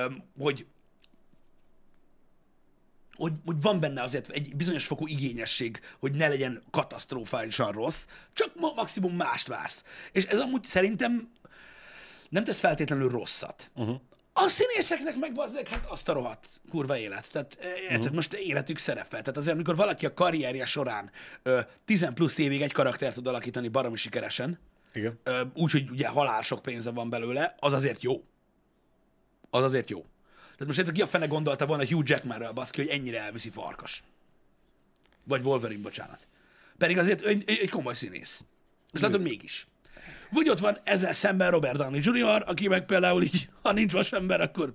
hogy van benne azért egy bizonyos fokú igényesség, hogy ne legyen katasztrofálisan rossz, csak maximum mást vársz. És ez amúgy szerintem nem tesz feltétlenül rosszat. A színészeknek meg bazdeg, hát azt a rohadt kurva élet. Tehát érted, most életük szerepel. Tehát azért, amikor valaki a karrierje során 10 plusz évig egy karaktert tud alakítani baromi sikeresen, Igen. úgyhogy ugye halál sok pénze van belőle, az azért jó. Az azért jó. Tehát most érted, ki a fene gondolta volna Hugh Jackmanről, baszki, hogy ennyire elviszi Farkas. Vagy Wolverine, bocsánat. Pedig azért egy komoly színész. És látod, mégis. Vagy ott van ezzel szemben Robert Downey Jr., aki meg például így, ha nincs vasember, akkor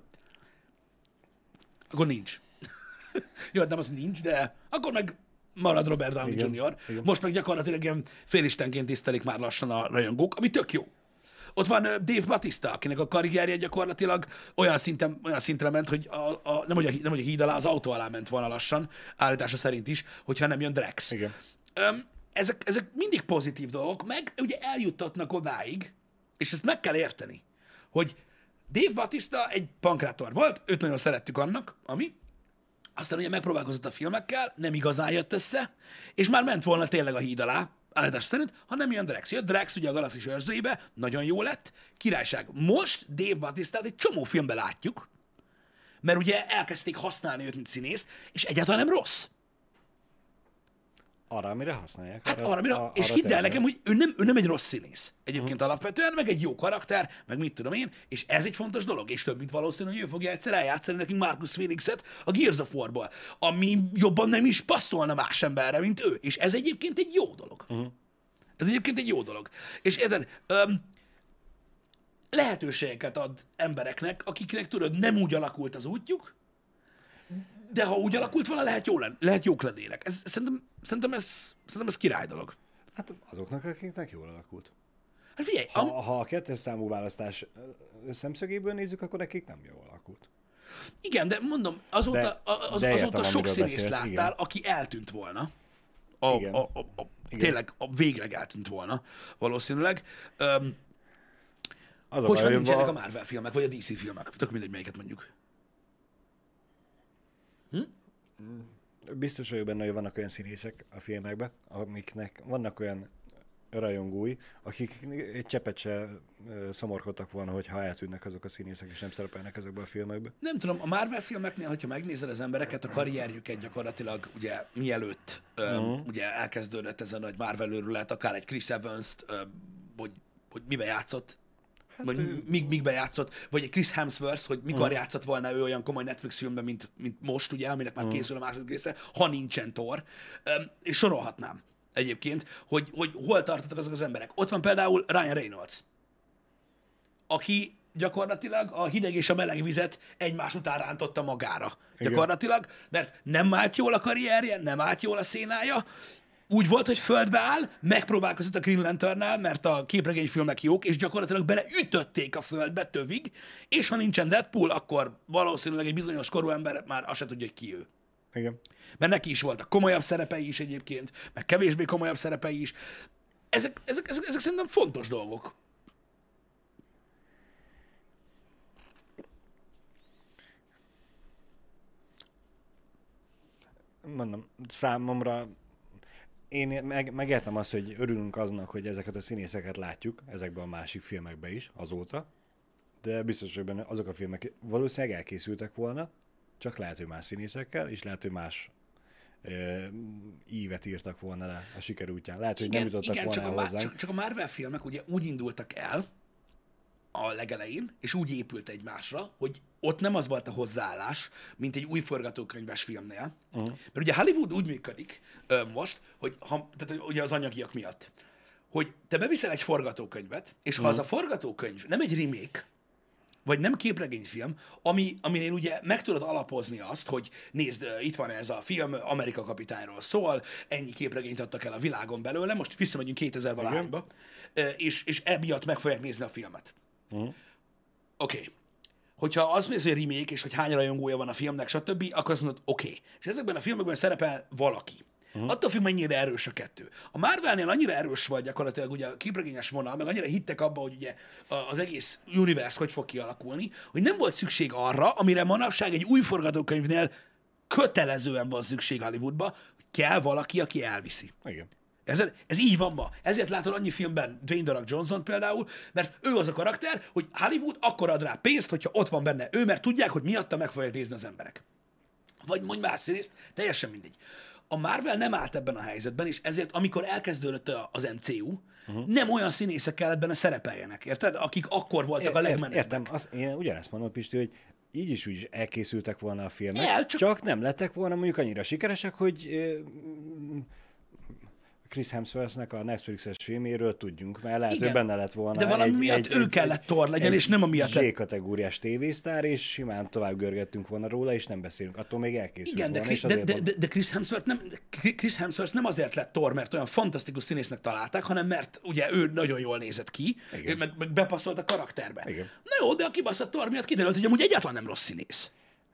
nincs. Jó, hát nem az nincs, de akkor meg marad Robert Downey Igen, Jr. igen. Most meg gyakorlatilag ilyen félistenként tisztelik már lassan a rajongók, ami tök jó. Ott van Dave Bautista, akinek a karrierje gyakorlatilag olyan szintre ment, hogy nem hogy a híd alá, az autó alá ment volna lassan, állítása szerint is, hogyha nem jön Drex. Igen. Ezek mindig pozitív dolgok, meg ugye eljuttatnak odáig, és ezt meg kell érteni, hogy Dave Bautista egy pankrátor volt, őt nagyon szerettük annak, aztán ugye megpróbálkozott a filmekkel, nem igazán jött össze, és már ment volna tényleg a híd alá, állítás szerint, ha nem jön Drex. Jött Drex ugye a Galaxis őrzőibe, nagyon jó lett, királyság. Most Dave Bautistát egy csomó filmben látjuk, mert ugye elkezdték használni őt, mint színész, és egyáltalán nem rossz. Arra, amire használják. Hát arra, és hidd el nekem, hogy ő nem egy rossz színész. Egyébként alapvetően, meg egy jó karakter, meg mit tudom én, és ez egy fontos dolog, és több mint valószínű, hogy ő fogja egyszer eljátszani nekünk Marcus Phoenixet a Gears of War-ból, ami jobban nem is passzolna más emberre, mint ő. És ez egyébként egy jó dolog. Ez egyébként egy jó dolog. És érted, lehetőségeket ad embereknek, akiknek tudod, nem úgy alakult az útjuk, de ha úgy alakult volna, lehet jók lennének. Szerintem ez király dolog. Hát azoknak, akiknek jól alakult. Hát figyelj, Ha a kettes számú választás szemszögéből nézzük, akkor nekik nem jól alakult. igen, de mondom, azóta értem, sok amiről színészt beszélsz, láttál, igen. aki eltűnt volna. Igen. Tényleg végleg eltűnt volna, valószínűleg. Az a Hogyha baj, nincsenek a Marvel filmek, vagy a DC filmek. Tök mindegy, melyiket mondjuk. Biztos vagyok benne, hogy vannak olyan színészek a filmekben, amiknek vannak olyan rajongói, akik egy cseppet se szomorkodtak volna, hogyha eltűnnek azok a színészek, és nem szerepelnek ezekben a filmekben. Nem tudom, a Marvel filmeknél, hogyha megnézed az embereket, a karrierjüket gyakorlatilag, ugye mielőtt ugye elkezdődött ez a nagy Marvel őrület, akár egy Chris Evans-t, hogy miben játszott, vagy mikbe játszott, vagy egy Chris Hemsworth, hogy mikor játszott volna ő olyan komoly Netflix filmben, mint most, ugye, aminek már készül a második része, ha nincsen Thor, és sorolhatnám egyébként, hogy hol tartottak azok az emberek. Ott van például Ryan Reynolds, aki gyakorlatilag a hideg és a meleg vizet egymás után rántotta magára. Igen. Gyakorlatilag, mert nem állt jól a karrierje, nem állt jól a szénája, úgy volt, hogy földbe áll, megpróbálkozott a Green Lanternnel, mert a képregényfilmek jók, és gyakorlatilag beleütötték a földbe tövig, és ha nincsen Deadpool, akkor valószínűleg egy bizonyos korú ember már azt se tudja, hogy ki ő. Igen. Mert neki is voltak komolyabb szerepei is egyébként, meg kevésbé komolyabb szerepei is. Ezek szerintem fontos dolgok. Mondom, számomra én megértem azt, hogy örülünk aznak, hogy ezeket a színészeket látjuk, ezekben a másik filmekben is azóta, de biztos, hogy benne azok a filmek valószínűleg elkészültek volna, csak lehet, hogy más színészekkel, és lehet, hogy más ívet írtak volna le a siker útján. Lehet, hogy nem jutottak volna el hozzánk. Csak a Marvel filmek ugye úgy indultak el a legelején, és úgy épült egymásra, hogy ott nem az volt a hozzáállás, mint egy új forgatókönyves filmnél. Mert ugye Hollywood úgy működik most, hogy tehát ugye az anyagiak miatt, hogy te beviszel egy forgatókönyvet, és ha az a forgatókönyv nem egy remake, vagy nem képregényfilm, aminél ugye meg tudod alapozni azt, hogy nézd, itt van ez a film, Amerika kapitányról szól, ennyi képregényt adtak el a világon belőle, most visszamegyünk 2000-valahányba, és emiatt meg fogják nézni a filmet. Oké. Hogyha azt mész, hogy remake, és hogy hány rajongója van a filmnek, stb., akkor azt mondod, oké. És ezekben a filmekben szerepel valaki. Attól függ, mennyire erős a kettő. A Marvelnél annyira erős volt gyakorlatilag ugye a képregényes vonal, meg annyira hittek abba, hogy ugye az egész universe hogy fog kialakulni, hogy nem volt szükség arra, amire manapság egy új forgatókönyvnél kötelezően van szükség Hollywoodba, hogy kell valaki, aki elviszi. Igen. Érted? Ez így van ma. Ezért látod annyi filmben Dwayne The Rock Johnson például, mert ő az a karakter, hogy Hollywood akkor ad rá pénzt, hogyha ott van benne ő, mert tudják, hogy miatta meg fogják nézni az emberek. Vagy mondj más színészt, teljesen mindegy. A Marvel nem állt ebben a helyzetben, és ezért, amikor elkezdődött az MCU, nem olyan színészek kellett benne szerepeljenek, érted? Akik akkor voltak a legmenőbbek. Értem, én ugyanezt mondom, Pisti, hogy így is úgy is elkészültek volna a filmek, Csak csak nem lettek volna mondjuk annyira sikeresek, hogy Chris Hemsworthnek a Netflixes filméről tudjunk, mert lehet, Igen. hogy benne lett volna De valami miatt ő kellett Thor legyen, és nem amiatt lett. Z-kategóriás tévésztár, és simán tovább görgettünk volna róla, és nem beszélünk. Attól még elkészült Igen, volna. de Chris Hemsworth nem azért lett Thor, mert olyan fantasztikus színésznek találták, hanem mert ugye ő nagyon jól nézett ki, ő meg bepaszolt a karakterbe. Igen. Na jó, de a kibaszott Thor miatt kiderült, hogy amúgy egyáltalán nem rossz színész.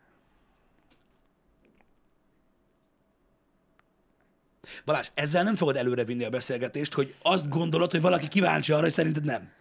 Balázs, ezzel nem fogod előrevinni a beszélgetést, hogy azt gondolod, hogy valaki kíváncsi arra, hogy szerinted nem.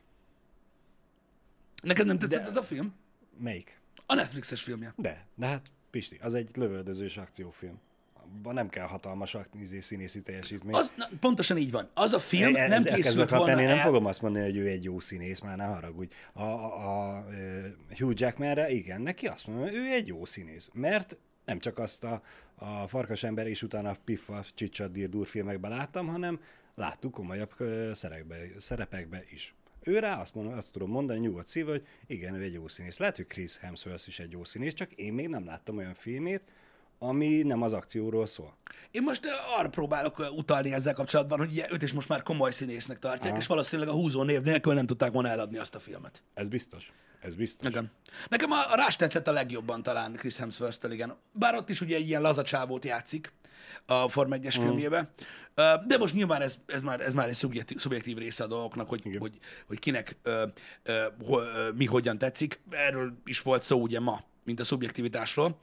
Neked nem tetszett ez a film? Melyik? A Netflixes filmje. De hát Pisti, az egy lövöldözős akciófilm. Abban nem kell hatalmas színészi teljesítmény. Pontosan így van. Az a film nem készült volna Én nem fogom azt mondani, hogy ő egy jó színész, már ne haragudj. A Hugh Jackmanre, igen, neki azt mondom, hogy ő egy jó színész. Mert nem csak azt a Farkasember és utána Piffa Csicsa Dirdur filmekben láttam, hanem láttuk komolyabb szerepekbe is. Őre azt tudom mondani nyugodt szívvel, hogy igen, ő egy jó színész. Lehet, hogy Chris Hemsworth is egy jó színész, csak én még nem láttam olyan filmét, ami nem az akcióról szól. Én most arra próbálok utalni ezzel kapcsolatban, hogy ugye őt is most már komoly színésznek tartják, és valószínűleg a húzó név nélkül nem tudták volna eladni azt a filmet. Ez biztos. Ez biztos. Igen. Nekem a Rás tetszett a legjobban talán Chris Hemsworth-től, igen. Bár ott is ugye egy ilyen lazacsávót játszik a Forma 1-es filmjébe. De most nyilván ez már egy szubjektív része a dolgoknak, hogy kinek mi hogyan tetszik. Erről is volt szó ugye ma, mint a szubjektivitásról.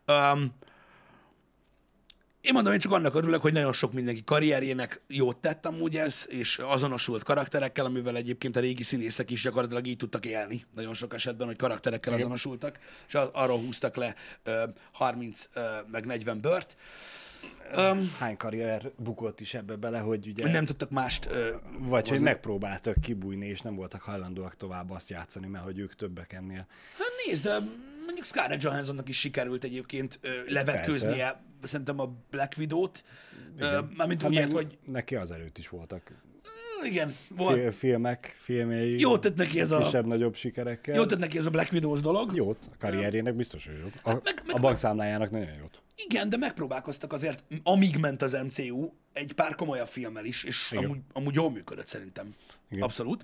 Én mondom, én csak annak örülök, hogy nagyon sok mindenki karrierjének jót tett amúgy ez, és azonosult karakterekkel, amivel egyébként a régi színészek is gyakorlatilag így tudtak élni. Nagyon sok esetben, hogy karakterekkel azonosultak, és arról húztak le 30 meg 40 bört. Hány karrier bukott is ebbe bele, hogy ugye... Nem tudtak mást... vagy hogy megpróbáltak kibújni, és nem voltak hajlandóak tovább azt játszani, mert hogy ők többek ennél. Hát nézd, de mondjuk Scarlett Johanssonnak is sikerült egyébként levetkőznie, szerintem a Black Widow-t. Mármint úgy ért, hogy... Neki az előtt is voltak. Igen, volt. Filmjei. Jót tett neki ez a... Kisebb-nagyobb sikerekkel. Jót tett neki ez a Black Widow-s dolog. Jót, a karrierjének biztos, hogy jót. A bankszámlájának nagyon jót. Igen, de megpróbálkoztak azért, amíg ment az MCU, egy pár komolyabb filmmel is, és amúgy jól működött szerintem. Igen. Abszolút.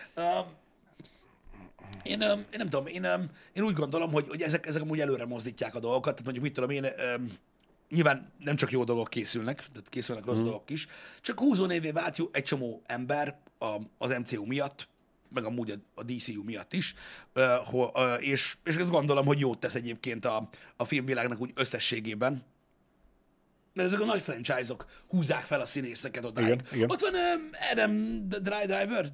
Én nem tudom, én úgy gondolom, hogy ezek amúgy előre mozdítják a dolgokat, tehát mondjuk mit tudom én, nyilván nem csak jó dolgok készülnek, tehát készülnek rossz dolgok is, csak húzónévé vált egy csomó ember az MCU miatt, meg amúgy a DCU miatt is, és azt gondolom, hogy jót tesz egyébként a filmvilágnak úgy összességében, mert ezek a nagy franchise-ok húzzák fel a színészeket odáig. Igen. Ott van Adam Driver.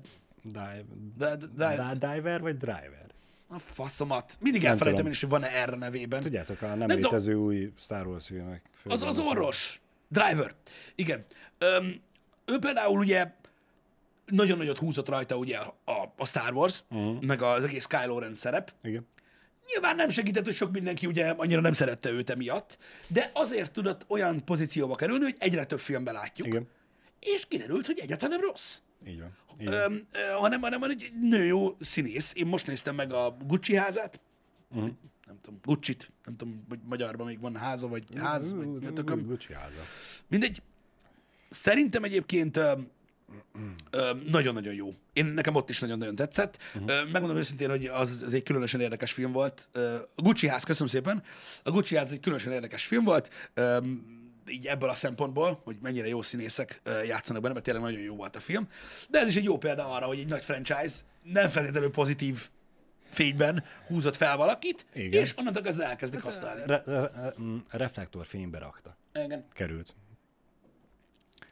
Diver vagy Driver? A faszomat. Mindig elfelejtem én is, hogy van-e erre nevében. Tudjátok, a nem létező új Star Wars filmek. Az orvos. Driver. Igen. Ő például ugye nagyon nagyot húzott rajta ugye a Star Wars, meg az egész Kylo Ren szerep. Igen. Nyilván nem segített, hogy sok mindenki ugye annyira nem szerette őt emiatt, de azért tudott olyan pozícióba kerülni, hogy egyre több filmben látjuk. Igen. És kiderült, hogy egyáltalán nem rossz. Így van. Hanem egy nő jó színész. Én most néztem meg a Gucci házát. Nem tudom, Gucci-t. Nem tudom, hogy magyarban még van háza, vagy ház, vagy mi a tököm. Gucci háza. Mindegy. Szerintem egyébként nagyon-nagyon jó. Nekem ott is nagyon-nagyon tetszett. Megmondom őszintén, hogy az egy különösen érdekes film volt. A Gucci ház, köszönöm szépen. A Gucci ház egy különösen érdekes film volt. Így ebből a szempontból, hogy mennyire jó színészek játszanak benne, mert tényleg nagyon jó volt a film. De ez is egy jó példa arra, hogy egy nagy franchise nem feltétlenül pozitív fényben húzott fel valakit, igen. És onnantól kezdve elkezdik használni. Reflektorfénybe rakta. Igen. Került.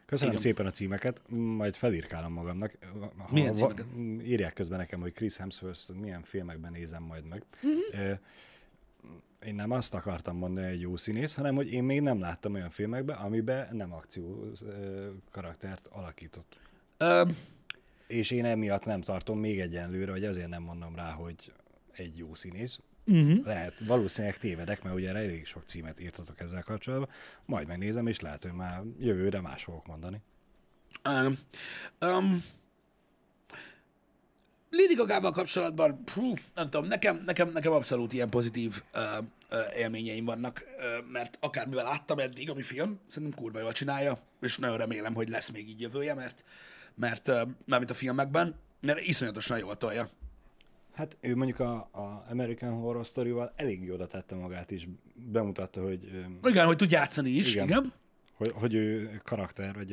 Köszönöm Igen. szépen a címeket, majd felírkálom magamnak. Milyen címeket? Írják közben nekem, hogy Chris Hemsworth milyen filmekben nézem majd meg. Én nem azt akartam mondani, egy jó színész, hanem hogy én még nem láttam olyan filmekben, amiben nem akció karaktert alakított. És én emiatt nem tartom még egyenlőre, vagy azért nem mondom rá, hogy egy jó színész. Lehet, valószínűleg tévedek, mert ugye elég sok címet írtatok ezzel kapcsolatban. Majd megnézem, és lehet, hogy már jövőre más fogok mondani. Lady Gagával kapcsolatban, nem tudom, nekem abszolút ilyen pozitív élményeim vannak, mert akármivel láttam eddig, ami film, szerintem kurva jól csinálja, és nagyon remélem, hogy lesz még így jövője, mert mármint a filmekben, mert iszonyatosan jól tolja. Hát ő mondjuk a American Horror Story-val eléggé oda tette magát, és bemutatta, hogy... Igen, hogy tud játszani is, igen. Hogy ő karakter, vagy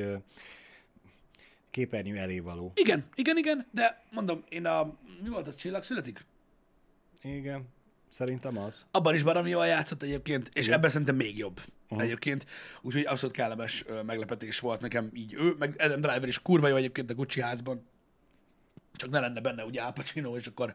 képernyő elé való. Igen, de mondom, mi volt az, Csillag születik? Igen, szerintem az. Abban is baromi jól játszott egyébként, és ebben szerintem még jobb egyébként. Úgyhogy abszolút kellemes meglepetés volt nekem így ő, meg Adam Driver is kurva jó egyébként a Gucci házban. Csak ne lenne benne ugye Al Pacino, és akkor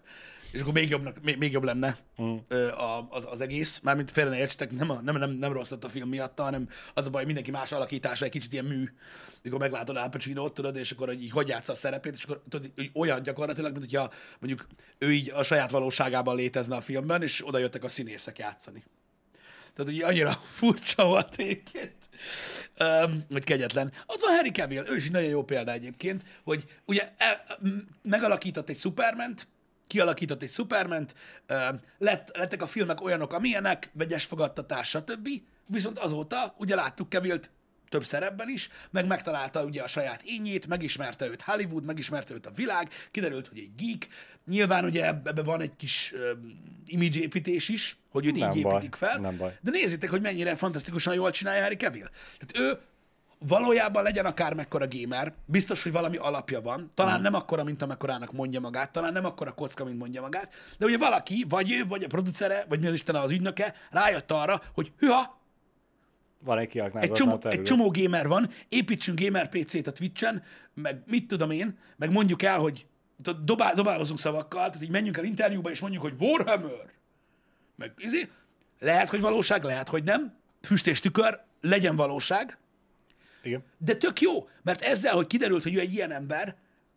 még jobb lenne az egész. Mármint félre ne értsetek, nem rossz lett a film miatt, hanem az a baj, mindenki más alakítása egy kicsit ilyen mű, mikor meglátod Al Pacinót, tudod, és akkor így hogy játsza a szerepét, és akkor tudod, hogy olyan gyakorlatilag, mint hogyha mondjuk ő így a saját valóságában létezne a filmben, és oda jöttek a színészek játszani. Tehát, hogy annyira furcsa volt egyébként. Vagy kegyetlen. Ott van Henry Cavill, ő is egy nagyon jó példa egyébként, hogy ugye megalakított egy Superment, kialakított egy Superment, lettek a filmek olyanok, amilyenek, vegyes fogadtatás, stb. Viszont azóta ugye láttuk Cavillt több szerepben is, megtalálta ugye a saját ényét, megismerte őt Hollywood, megismerte őt a világ, kiderült, hogy egy geek. Nyilván ugye ebben van egy kis image építés is, hogy őt így építik fel. Nem baj. De nézzétek, hogy mennyire fantasztikusan jól csinálja Henry Cavill. Tehát ő valójában legyen akár mekkora gamer, biztos, hogy valami alapja van, talán nem akkora, mint amekkorának mondja magát, talán nem akkora kocka, mint mondja magát, de ugye valaki, vagy ő, vagy a producere, vagy mi az Isten az ügynöke, rájött arra, hogy hüha, van egy kiaknázatlan egy csomó gamer van, építsünk gamer PC-t a Twitch-en, meg mit tudom én, meg mondjuk el, hogy dobálozunk szavakkal, tehát így menjünk el interjúba, és mondjuk, hogy Warhammer, meg lehet, hogy valóság, lehet, hogy nem, füst és tükör, legyen valóság, Igen. de tök jó, mert ezzel, hogy kiderült, hogy ő egy ilyen ember,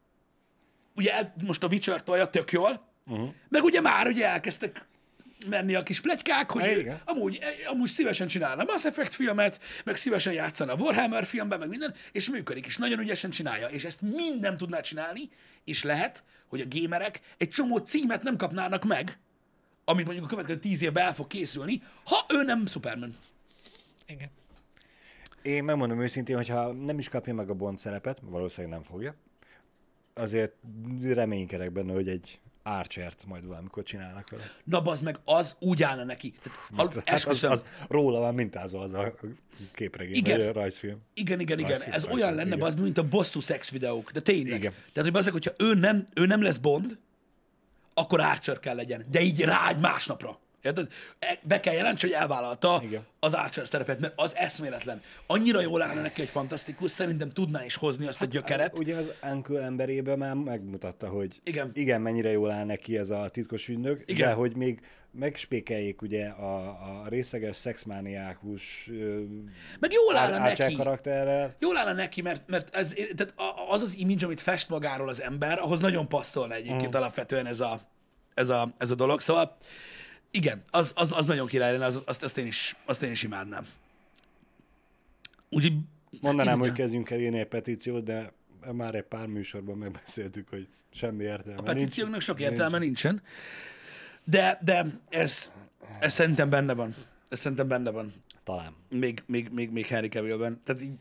ugye most a Witcher tolja tök jól, meg ugye már ugye elkezdtek menni a kis pletykák, hogy amúgy szívesen csinálna Mass Effect filmet, meg szívesen játszana a Warhammer filmben, meg minden, és működik, és nagyon ügyesen csinálja, és ezt minden tudná csinálni, és lehet, hogy a gamerek egy csomó címet nem kapnának meg, amit mondjuk a következő 10 évben el fog készülni, ha ő nem Superman. Igen. Én megmondom őszintén, hogyha nem is kapja meg a Bond szerepet, valószínűleg nem fogja, azért reménykedek benne, hogy egy Archert majd valamikor csinálnak vele. Na bazd meg, az úgy állna neki. Esküszöm. Az róla van mintázva az a képregény, vagy a rajzfilm. Igen. Ez olyan lenne, bazd, mint a bosszú szex videók, de tényleg. Igen. Tehát, hogy bazd meg, hogyha ő nem lesz Bond, akkor Archer kell legyen, de így rá egy másnapra. Érted? Be kell jelentse, hogy elvállalta az Archer szerepet, mert az eszméletlen. Annyira jól állna neki egy fantasztikus, szerintem tudná is hozni azt a gyökeret. Ugye az Uncle emberében már megmutatta, hogy igen, mennyire jól áll neki ez a titkos ügynök, de hogy még megspékeljék ugye a részeges szexmániákus meg jól állna neki. Karakterrel. Jól állna neki, mert tehát az az image, amit fest magáról az ember, ahhoz nagyon passzolna egyébként alapvetően ez a dolog. Szóval igen, az nagyon király lenne, azt én is imádnám. Úgyhogy mondanám, hogy kezdjünk el írni egy petíciót, de már egy pár műsorban megbeszéltük, hogy semmi értelme. A petícióknak sok értelme nincsen. De ez szerintem benne van. Ez szerintem benne van. Talán. Még Henry Cavillben. Tehát így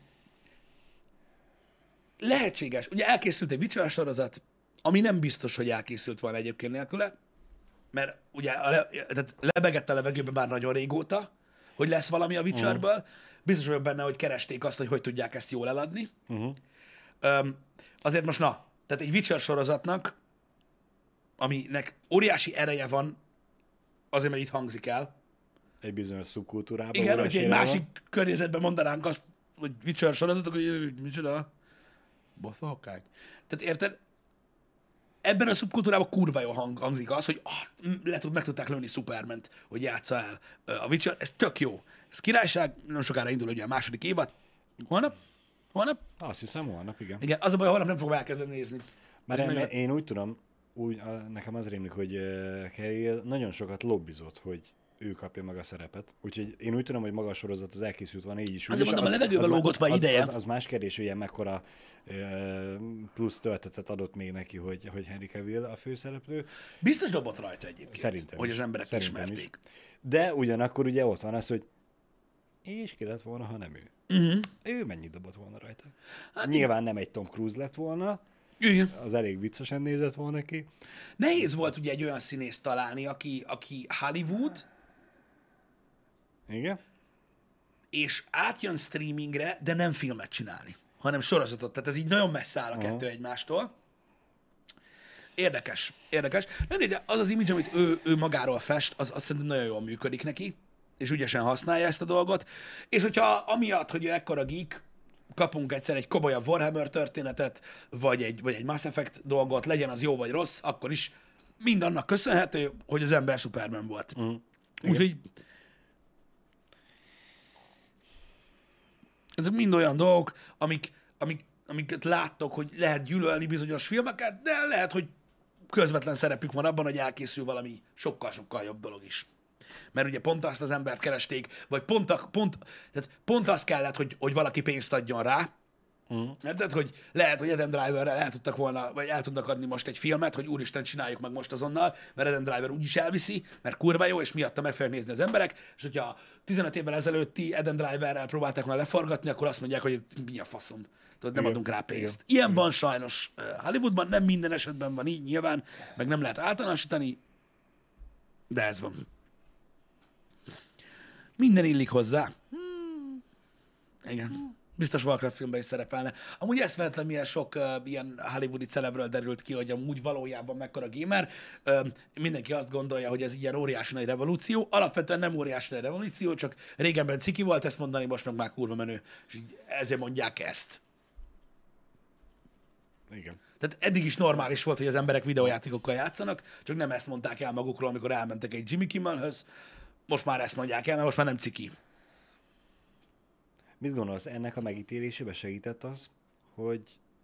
lehetséges. Ugye elkészült egy Witcher sorozat, ami nem biztos, hogy elkészült volna egyébként nélküle, mert ugye tehát lebegett a levegőben már nagyon régóta, hogy lesz valami a Witcherből. Biztos vagyok benne, hogy keresték azt, hogy tudják ezt jól eladni. Azért most tehát egy Witcher sorozatnak, aminek óriási ereje van, azért, mert itt hangzik el. Egy bizonyos szubkultúrában. Igen, hogy egy másik környezetben mondanánk azt, vagy Witcher sorozatok, hogy micsoda? Boszorkány. Tehát érted? Ebben a szubkultúrában kurva jól hangzik az, hogy meg tudták lőni Superment, hogy játsza el a Witcher. Ez tök jó. Ez királyság, nem sokára indul ugye a második évad. Holnap? Holnap? Azt hiszem, holnap, igen. Igen, az a baj, holnap nem fogom elkezdeni nézni. Mert én úgy tudom, nekem az rémlik, hogy Cavill nagyon sokat lobbizott, hogy ő kapja meg a szerepet. Úgyhogy én úgy tudom, hogy maga a sorozat az elkészült van így is. Azért mondom, a levegőben lógott már ideje. Az más kérdés, hogy ilyen mekkora plusz töltetet adott még neki, hogy Henry Cavill a főszereplő. Biztos dobott rajta egyébként, Szerintem hogy is. az emberek Szerintem ismerték. Is. De ugyanakkor ugye ott van az, hogy és ki lett volna, ha nem ő. Ő mennyit dobott volna rajta? Hát nyilván nem egy Tom Cruise lett volna, igen. Az elég viccesen nézett volna ki. Nehéz volt ugye egy olyan színészt találni, aki Hollywood, igen, és átjön streamingre, de nem filmet csinálni, hanem sorozatot. Tehát ez így nagyon messze áll a kettő egymástól. Érdekes, érdekes. De az az image, amit ő magáról fest, az szerintem nagyon jól működik neki, és ügyesen használja ezt a dolgot. És hogyha amiatt, hogy ő ekkora geek, kapunk egyszer egy komolyabb Warhammer történetet, vagy egy Mass Effect dolgot, legyen az jó vagy rossz, akkor is mind annak köszönhető, hogy az ember Superman volt. Úgyhogy ezek mind olyan dolgok, amiket láttok, hogy lehet gyűlölni bizonyos filmeket, de lehet, hogy közvetlen szerepük van abban, hogy elkészül valami sokkal-sokkal jobb dolog is. Mert ugye pont azt az embert keresték, vagy pont az kellett, hogy valaki pénzt adjon rá. Tehát, hogy lehet, hogy Adam Driverrel el tudtak volna, vagy el tudnak adni most egy filmet, hogy úristen, csináljuk meg most azonnal, mert Adam Driver úgyis elviszi, mert kurva jó, és miatta meg fogják nézni az emberek, és hogyha 15 évvel ezelőtti Adam Driverrel próbálták volna leforgatni, akkor azt mondják, hogy mi a faszom. Tudod, nem adunk rá pénzt. Ilyen van sajnos Hollywoodban, nem minden esetben van így nyilván, meg nem lehet általánosítani, de ez van. Minden illik hozzá. Igen. Biztos Warcraft filmben is szerepelne. Amúgy eszméletlen milyen sok ilyen hollywoodi celebről derült ki, hogy amúgy valójában mekkora gamer. Mindenki azt gondolja, hogy ez ilyen óriási nagy revolúció. Alapvetően nem óriási nagy revolúció, csak régenben ciki volt ezt mondani, most meg már kurva menő. És ezért mondják ezt. Igen. Tehát eddig is normális volt, hogy az emberek videójátékokkal játszanak, csak nem ezt mondták el magukról, amikor elmentek egy Jimmy Kimmelhöz. Most már ezt mondják el, mert most már nem ciki. Mit gondolsz, ennek a megítélésébe segített az, hogy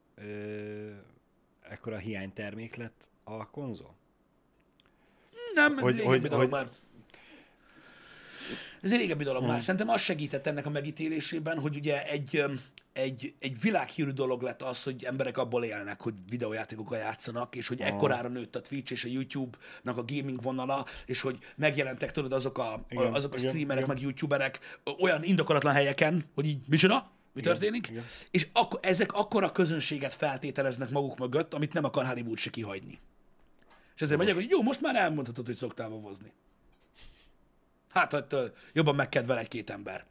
ekkora hiánytermék lett a konzol? Nem, ez egy régebbi dolog már. Ez egy régebbi dolog már. Szerintem az segített ennek a megítélésében, hogy ugye egy világhírű dolog lett az, hogy emberek abból élnek, hogy videójátékokkal játszanak, és hogy ekkorára nőtt a Twitch és a YouTube-nak a gaming vonala, és hogy megjelentek, tudod, azok a streamerek, meg youtuberek olyan indokolatlan helyeken, hogy így, micsoda? Mi történik? Igen. És ezek akkora közönséget feltételeznek maguk mögött, amit nem akar Hollywood se kihagyni. És ezért mondják, hogy jó, most már elmondhatod, hogy szoktál vovozni. Hát, hogy jobban megkedvel egy-két ember.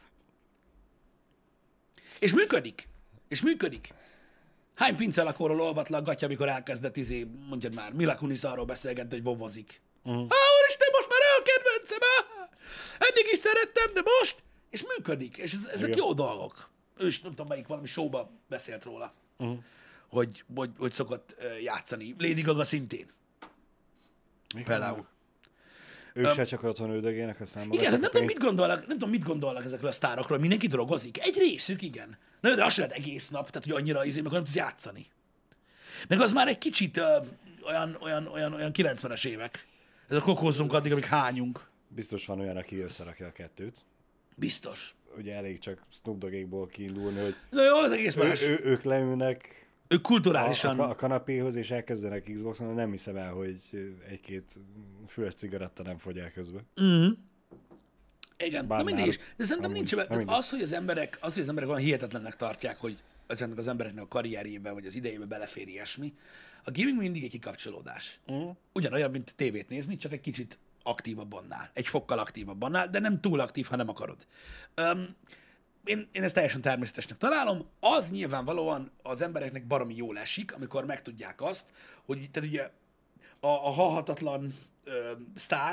És működik. És működik. Hány pincelakóról olvat le a gatya, amikor elkezdett mondjad már, Mila Kunis arról beszélgetni, hogy vovozik. Úristen, most már ő a kedvencem! Eddig is szerettem, de most? És működik. És ezek jó dolgok. Ő is, nem tudom, melyik valami showba beszélt róla. Hogy szokott játszani. Lady Gaga szintén. Például. Ők se csak otthon üldögének a számba. Igen, nem tudom, mit gondolnak ezekről a sztárokról. Mindenki drogozik. Egy részük, igen. Na, de az se lehet egész nap, tehát hogy annyira meg nem tudsz játszani. Meg az már egy kicsit olyan 90-es évek. Ez a kokózzunk addig, amíg hányunk. Biztos van olyan, aki összerakja a kettőt. Biztos. Ugye elég csak Snoop Doggékból kiindulni, hogy na jó, az egész más. Ők leülnek ők kulturálisan a kanapéhoz, és elkezdenek Xboxon, nem hiszem el, hogy egy-két füles cigaretta nem fogy el közben. Igen, na mindig is. De szerintem nincs az, hogy az emberek olyan hihetetlennek tartják, hogy ezeknek az embereknek a karrierjébe, vagy az idejébe belefér ilyesmi. A gaming mindig egy kikapcsolódás. Ugyanolyan, mint tévét nézni, csak egy kicsit aktívabb annál. Egy fokkal aktívabb annál, de nem túl aktív, ha nem akarod. Én ezt teljesen természetesnek találom. Az nyilvánvalóan az embereknek baromi jól esik, amikor megtudják azt, hogy tehát ugye a halhatatlan sztár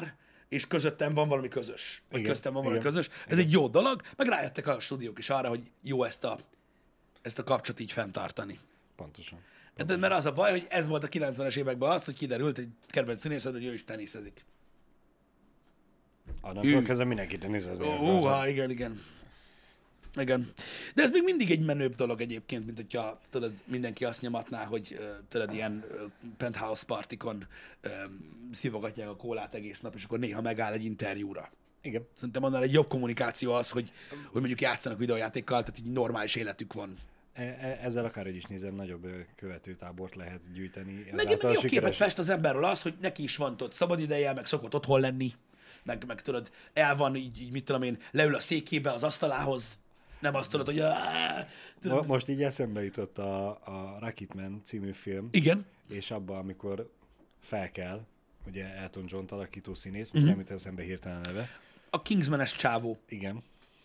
és közöttem van valami közös, vagy Igen, köztem van valami igen, közös. Ez egy jó dolog, meg rájöttek a stúdiók is arra, hogy jó ezt a kapcsot így fenntartani. Pontosan. De mert az a baj, hogy ez volt a 90-es években az, hogy kiderült egy kedvenc színészed, hogy ő is teniszezik. Annantól kezdve mindenki teniszezni. Igen. Igen. De ez még mindig egy menőbb dolog egyébként, mint hogyha tudod, mindenki azt nyomatná, hogy tudod, ilyen penthouse partikon szívogatják a kólát egész nap, és akkor néha megáll egy interjúra. Igen. Szerintem annál egy jobb kommunikáció az, hogy mondjuk játszanak videójátékkal, tehát így normális életük van. Ezzel akárhogy is nézem, nagyobb követőtábort lehet gyűjteni. Meg jobb képet fest az emberről az, hogy neki is van ott szabad ideje, meg szokott otthon lenni, meg tudod, el van így mit tudom én, leül a székébe az asztalához, nem azt tudod, hogy... Most így eszembe jutott a Rocketman című film. Igen. És abban, amikor felkel, ugye Elton John alakító színész, most nem jut eszembe hirtelen neve. A Kingsman-es csávó. Igen.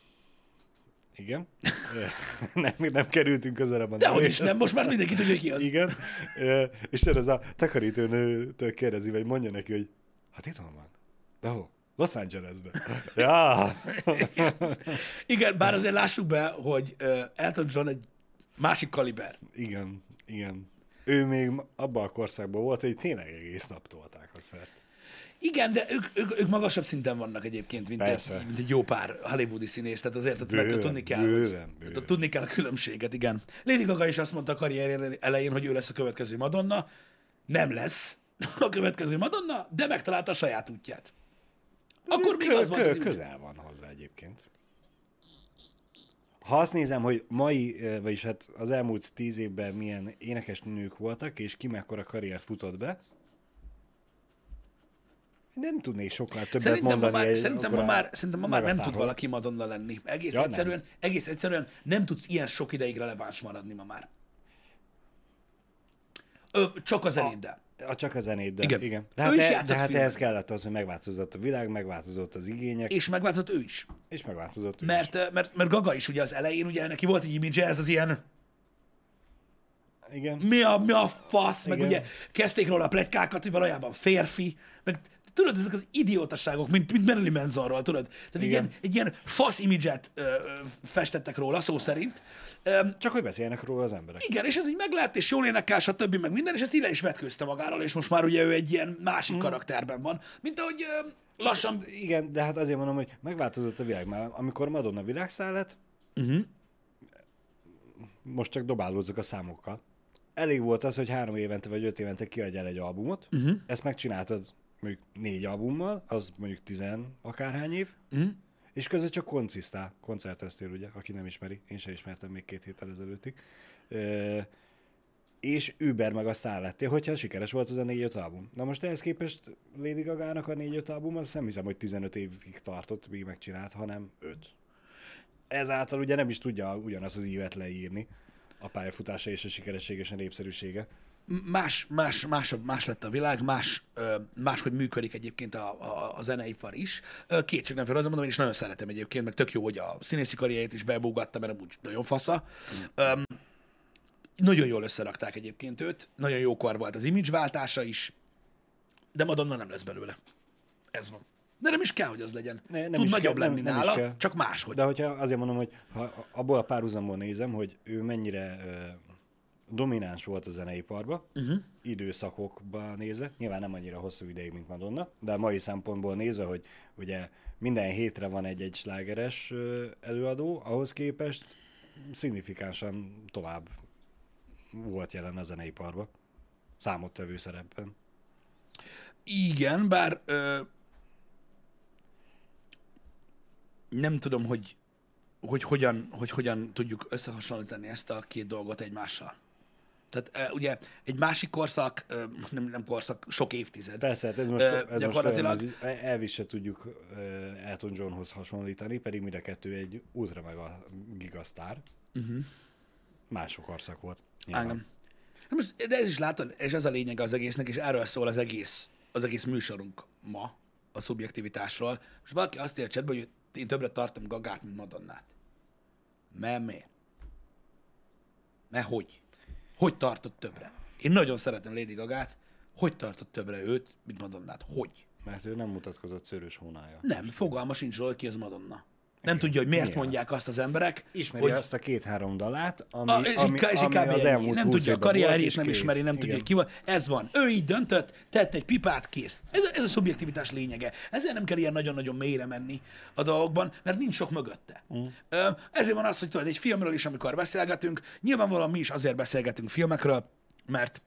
nem kerültünk közel abban. Dehogy is nem, most már mindenki tudja, ki az. Igen. És ez a takarítónőtől kérdezi, vagy mondja neki, hogy hát itt van. De hol? Los Angelesben. Ja. Igen, bár azért lássuk be, hogy Elton John egy másik kaliber. Igen. Ő még abban a korszakban volt, hogy tényleg egész nap tolták a szert. Igen, de ők magasabb szinten vannak egyébként, mint egy jó pár hollywoodi színész, tehát azért tudni kell, bőven. Tudni kell a különbséget, igen. Lady Gaga is azt mondta a karrier elején, hogy ő lesz a következő Madonna. Nem lesz a következő Madonna, de megtalálta a saját útját. Akkor még az volt közel van hozzá egyébként. Ha azt nézem, hogy vagyis hát az elmúlt 10 évben milyen énekesnők voltak, és ki mekkora karriert futott be, nem tudnék sokkal többet mondani. Szerintem ma már nem tud valaki Madonna lenni. Egész egyszerűen nem tudsz ilyen sok ideig releváns maradni ma már. Csak a zenéddel. Csak a zenéddel, igen. De hát ehhez kellett az, hogy megváltozott a világ, megváltozott az igények. És megváltozott ő is. Mert Gaga is ugye az elején, ugye neki volt egy image, ez az ilyen... Igen. Mi a fasz, meg ugye kezdték róla a pletykákat, hogy valójában férfi, meg tudod, ezek az idiótaságok, mint Marilyn Mansonról, tudod? Tehát egy ilyen fasz imidzset festettek róla, szó szerint. Csak hogy beszélnek róla az emberek. Igen, és ez így meglett, és jól énekel, stb. Meg minden, és ezt így le is vetkőzte magáról, és most már ugye ő egy ilyen másik karakterben van, mint ahogy lassan... Igen, de hát azért mondom, hogy megváltozott a világ. Már amikor Madonna világsztár lett, most csak dobálózzak a számokkal. Elég volt az, hogy 3 évente vagy 5 évente kiadjál egy albumot, ezt megcsináltad mondjuk 4 albummal, az mondjuk 10 akárhány év, és közben csak koncerteztél, ugye, aki nem ismeri, én sem ismertem még 2 héttel ezelőttig, és Uber meg a szár lettél, hogyha sikeres volt az a 4-5 album. Na most ehhez képest Lady Gagának a 4-5 album, az nem hiszem, hogy 15 évig tartott, míg megcsinált, hanem 5. Ezáltal ugye nem is tudja ugyanazt az ívet leírni, a pályafutása és a sikeressége és a népszerűsége. Más lett a világ, máshogy működik egyébként a zeneipar is. Kétség nem fél, azt mondom, én is nagyon szeretem egyébként, meg tök jó, hogy a színészi karrierjét is bebúgatta, mert úgy nagyon fasza. Nagyon jól összerakták egyébként őt, nagyon jókor volt az imageváltása is, de Madonna nem lesz belőle. Ez van. De nem is kell, hogy az legyen. Tud nagyobb lenni nála, csak máshogy. De hogyha azért mondom, hogy ha abból a párhuzamból nézem, hogy ő mennyire domináns volt a zeneiparban, időszakokban nézve, nyilván nem annyira hosszú ideig, mint Madonna, de a mai szempontból nézve, hogy ugye minden hétre van egy slágeres előadó, ahhoz képest szignifikánsan tovább volt jelen a zeneiparban, számottevő szerepben. Igen, bár nem tudom, hogy hogyan tudjuk összehasonlítani ezt a két dolgot egymással. Tehát ugye egy másik korszak, nem korszak, sok évtized. Persze, hát ez gyakorlatilag. Most olyan, Elvis se tudjuk Elton Johnhoz hasonlítani, pedig mind a kettő egy ultra meg a gigasztár. Mások korszak volt. Engem. Most, de ez is látod, és ez a lényeg az egésznek, és erről szól az egész műsorunk ma, a szubjektivitásról. Most valaki azt írja csetbe, hogy én többre tartom Gagát, mint Madonnát. Miért? Mert hogy? Hogy tartott többre? Én nagyon szeretem Lady Gagát. Hogy tartott többre őt, mint Madonnát? Hogy? Mert ő nem mutatkozott szőrös hónálja. Nem, fogalma sincs róla, hogy ki az Madonna. Nem tudja, hogy miért mondják azt az emberek. Ismeri hogy azt a 2-3 dalát, és ami kb. az elmúlt Nem 20 tudja a évben karrierjét, volt, nem és ismeri, kész. nem tudja, Igen. hogy ki van. Ez van. Ő így döntött, tett egy pipát, kész. Ez a szubjektivitás lényege. Ezért nem kell ilyen nagyon-nagyon mélyre menni a dolgokban, mert nincs sok mögötte. Ezért van az, hogy tudod, egy filmről is, amikor beszélgetünk, nyilvánvalóan mi is azért beszélgetünk filmekről, mert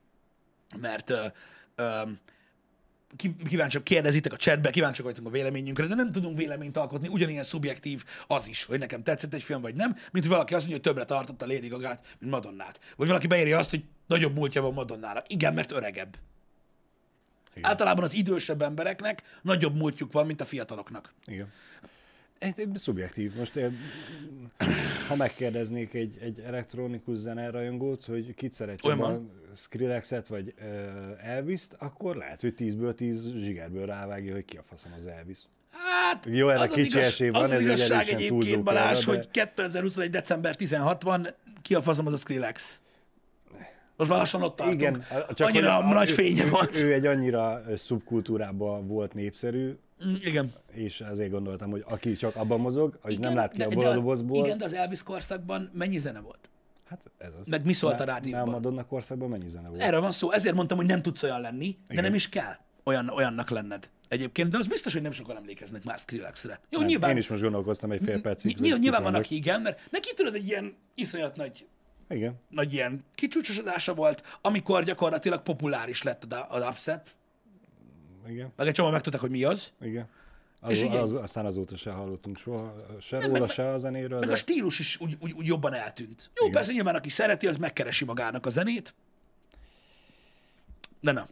kíváncsiak, kérdezitek a chatbe, kíváncsiak vagytok a véleményünkre, de nem tudunk véleményt alkotni, ugyanilyen szubjektív az is, hogy nekem tetszett egy film, vagy nem, mint hogy valaki azt mondja, hogy többre tartotta Lady Gagát, mint Madonnát. Vagy valaki beírja azt, hogy nagyobb múltja van Madonnának. Igen, mert öregebb. Igen. Általában az idősebb embereknek nagyobb múltjuk van, mint a fiataloknak. Igen. Szubjektív. Most ha megkérdeznék egy elektronikus zenerajongót, hogy kit szeretjük, a Skrillexet vagy Elvis-t, akkor lehet, hogy 10-ből 10 zsigerből rávágja, hogy ki a faszom az Elvis. Hát, jó, ez a kicsi esély van, az ez igazság egyébként, Balázs, de... hogy 2021. december 16 van, ki a faszom az a Skrillex. Most már lassan ott tartunk. Igen, csak annyira nagy fénye volt. Ő egy annyira szubkultúrában volt népszerű, igen. És azért gondoltam, hogy aki csak abban mozog, hogy igen, nem lát ki abból a dobozból. Igen, de az Elvis korszakban mennyi zene volt? Hát ez az. Meg mi szólt a rádióban? Nem Madonna korszakban mennyi zene volt? Erről van szó. Ezért mondtam, hogy nem tudsz olyan lenni, igen. De nem is kell olyannak lenned. Egyébként, de az biztos, hogy nem sokan emlékeznek már Skrillexre. Jó, nyilván... Én is most gondolkoztam egy fél percig. Nyilván van, aki igen, mert neki tudod, egy ilyen iszonyat igen. nagy ilyen kicsúcsosodása volt, amikor gyakorlatilag populáris lett a dubstep. Igen. Meg egy csomó megtudtak, hogy mi az. Igen. Aztán azóta se hallottunk soha, se róla, se a zenéről. Meg a stílus is úgy jobban eltűnt. Jó, igen. Persze nyilván aki szereti, az megkeresi magának a zenét. De nem.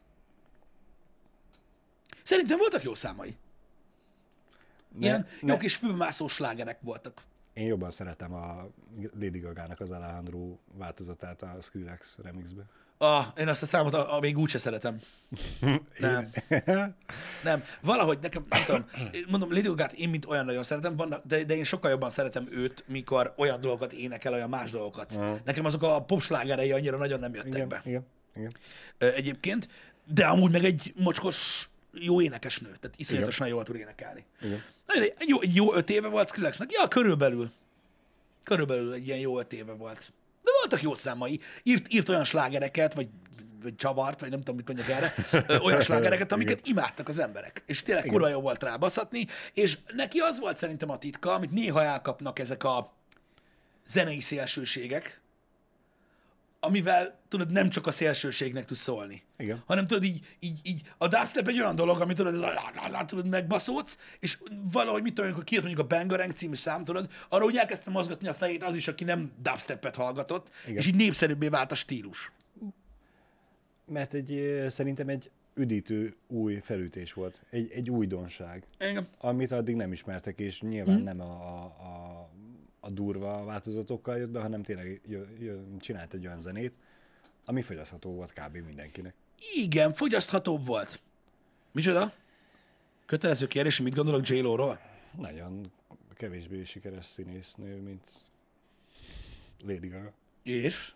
Szerintem voltak jó számai. Ilyen jó kis fülmászó slágerek voltak. Én jobban szeretem a Lady Gagának az Alejandro változatát a Skrillex remixbe. Én azt a számot még úgyse szeretem. Nem. Nem. Valahogy nekem, nem tudom, mondom, Lady Gagát én mint olyan nagyon szeretem, de én sokkal jobban szeretem őt, mikor olyan dolgokat énekel, olyan más dolgokat. Nekem azok a popslágerei annyira nagyon nem jöttek be. Igen. Egyébként, de amúgy meg egy mocskos jó énekesnő, tehát iszonyatosan jól tud énekelni. Igen. Egy jó 5 éve volt Skrillexnek. Ja, körülbelül egy ilyen jó 5 éve volt. De voltak jó számai. Írt olyan slágereket, vagy csavart, vagy nem tudom, mit mondjak erre, olyan slágereket, amiket imádtak az emberek. És tényleg kurva jó volt rábaszatni, és neki az volt szerintem a titka, amit néha elkapnak ezek a zenei szélsőségek, amivel tudod, nem csak a szélsőségnek tudsz szólni. Igen. Hanem tudod, így a dubstep egy olyan dolog, amit tudod, tudod, megbaszódsz, és valahogy mit tudom, amikor kijött mondjuk a Bangarang című szám, tudod, arra úgy elkezdtem mozgatni a fejét az is, aki nem dubstepet hallgatott, igen. És így népszerűbbé vált a stílus. Mert szerintem egy üdítő új felütés volt. Egy újdonság. Igen. Amit addig nem ismertek, és nyilván nem a durva változatokkal jött be, hanem tényleg csinált egy olyan zenét, ami fogyasztható volt kb. Mindenkinek. Igen, fogyaszthatóbb volt. Micsoda? Kötelező kérdés, mit gondolok J-Lo-ról? Nagyon kevésbé sikeres színésznő, mint Lady Gaga. És?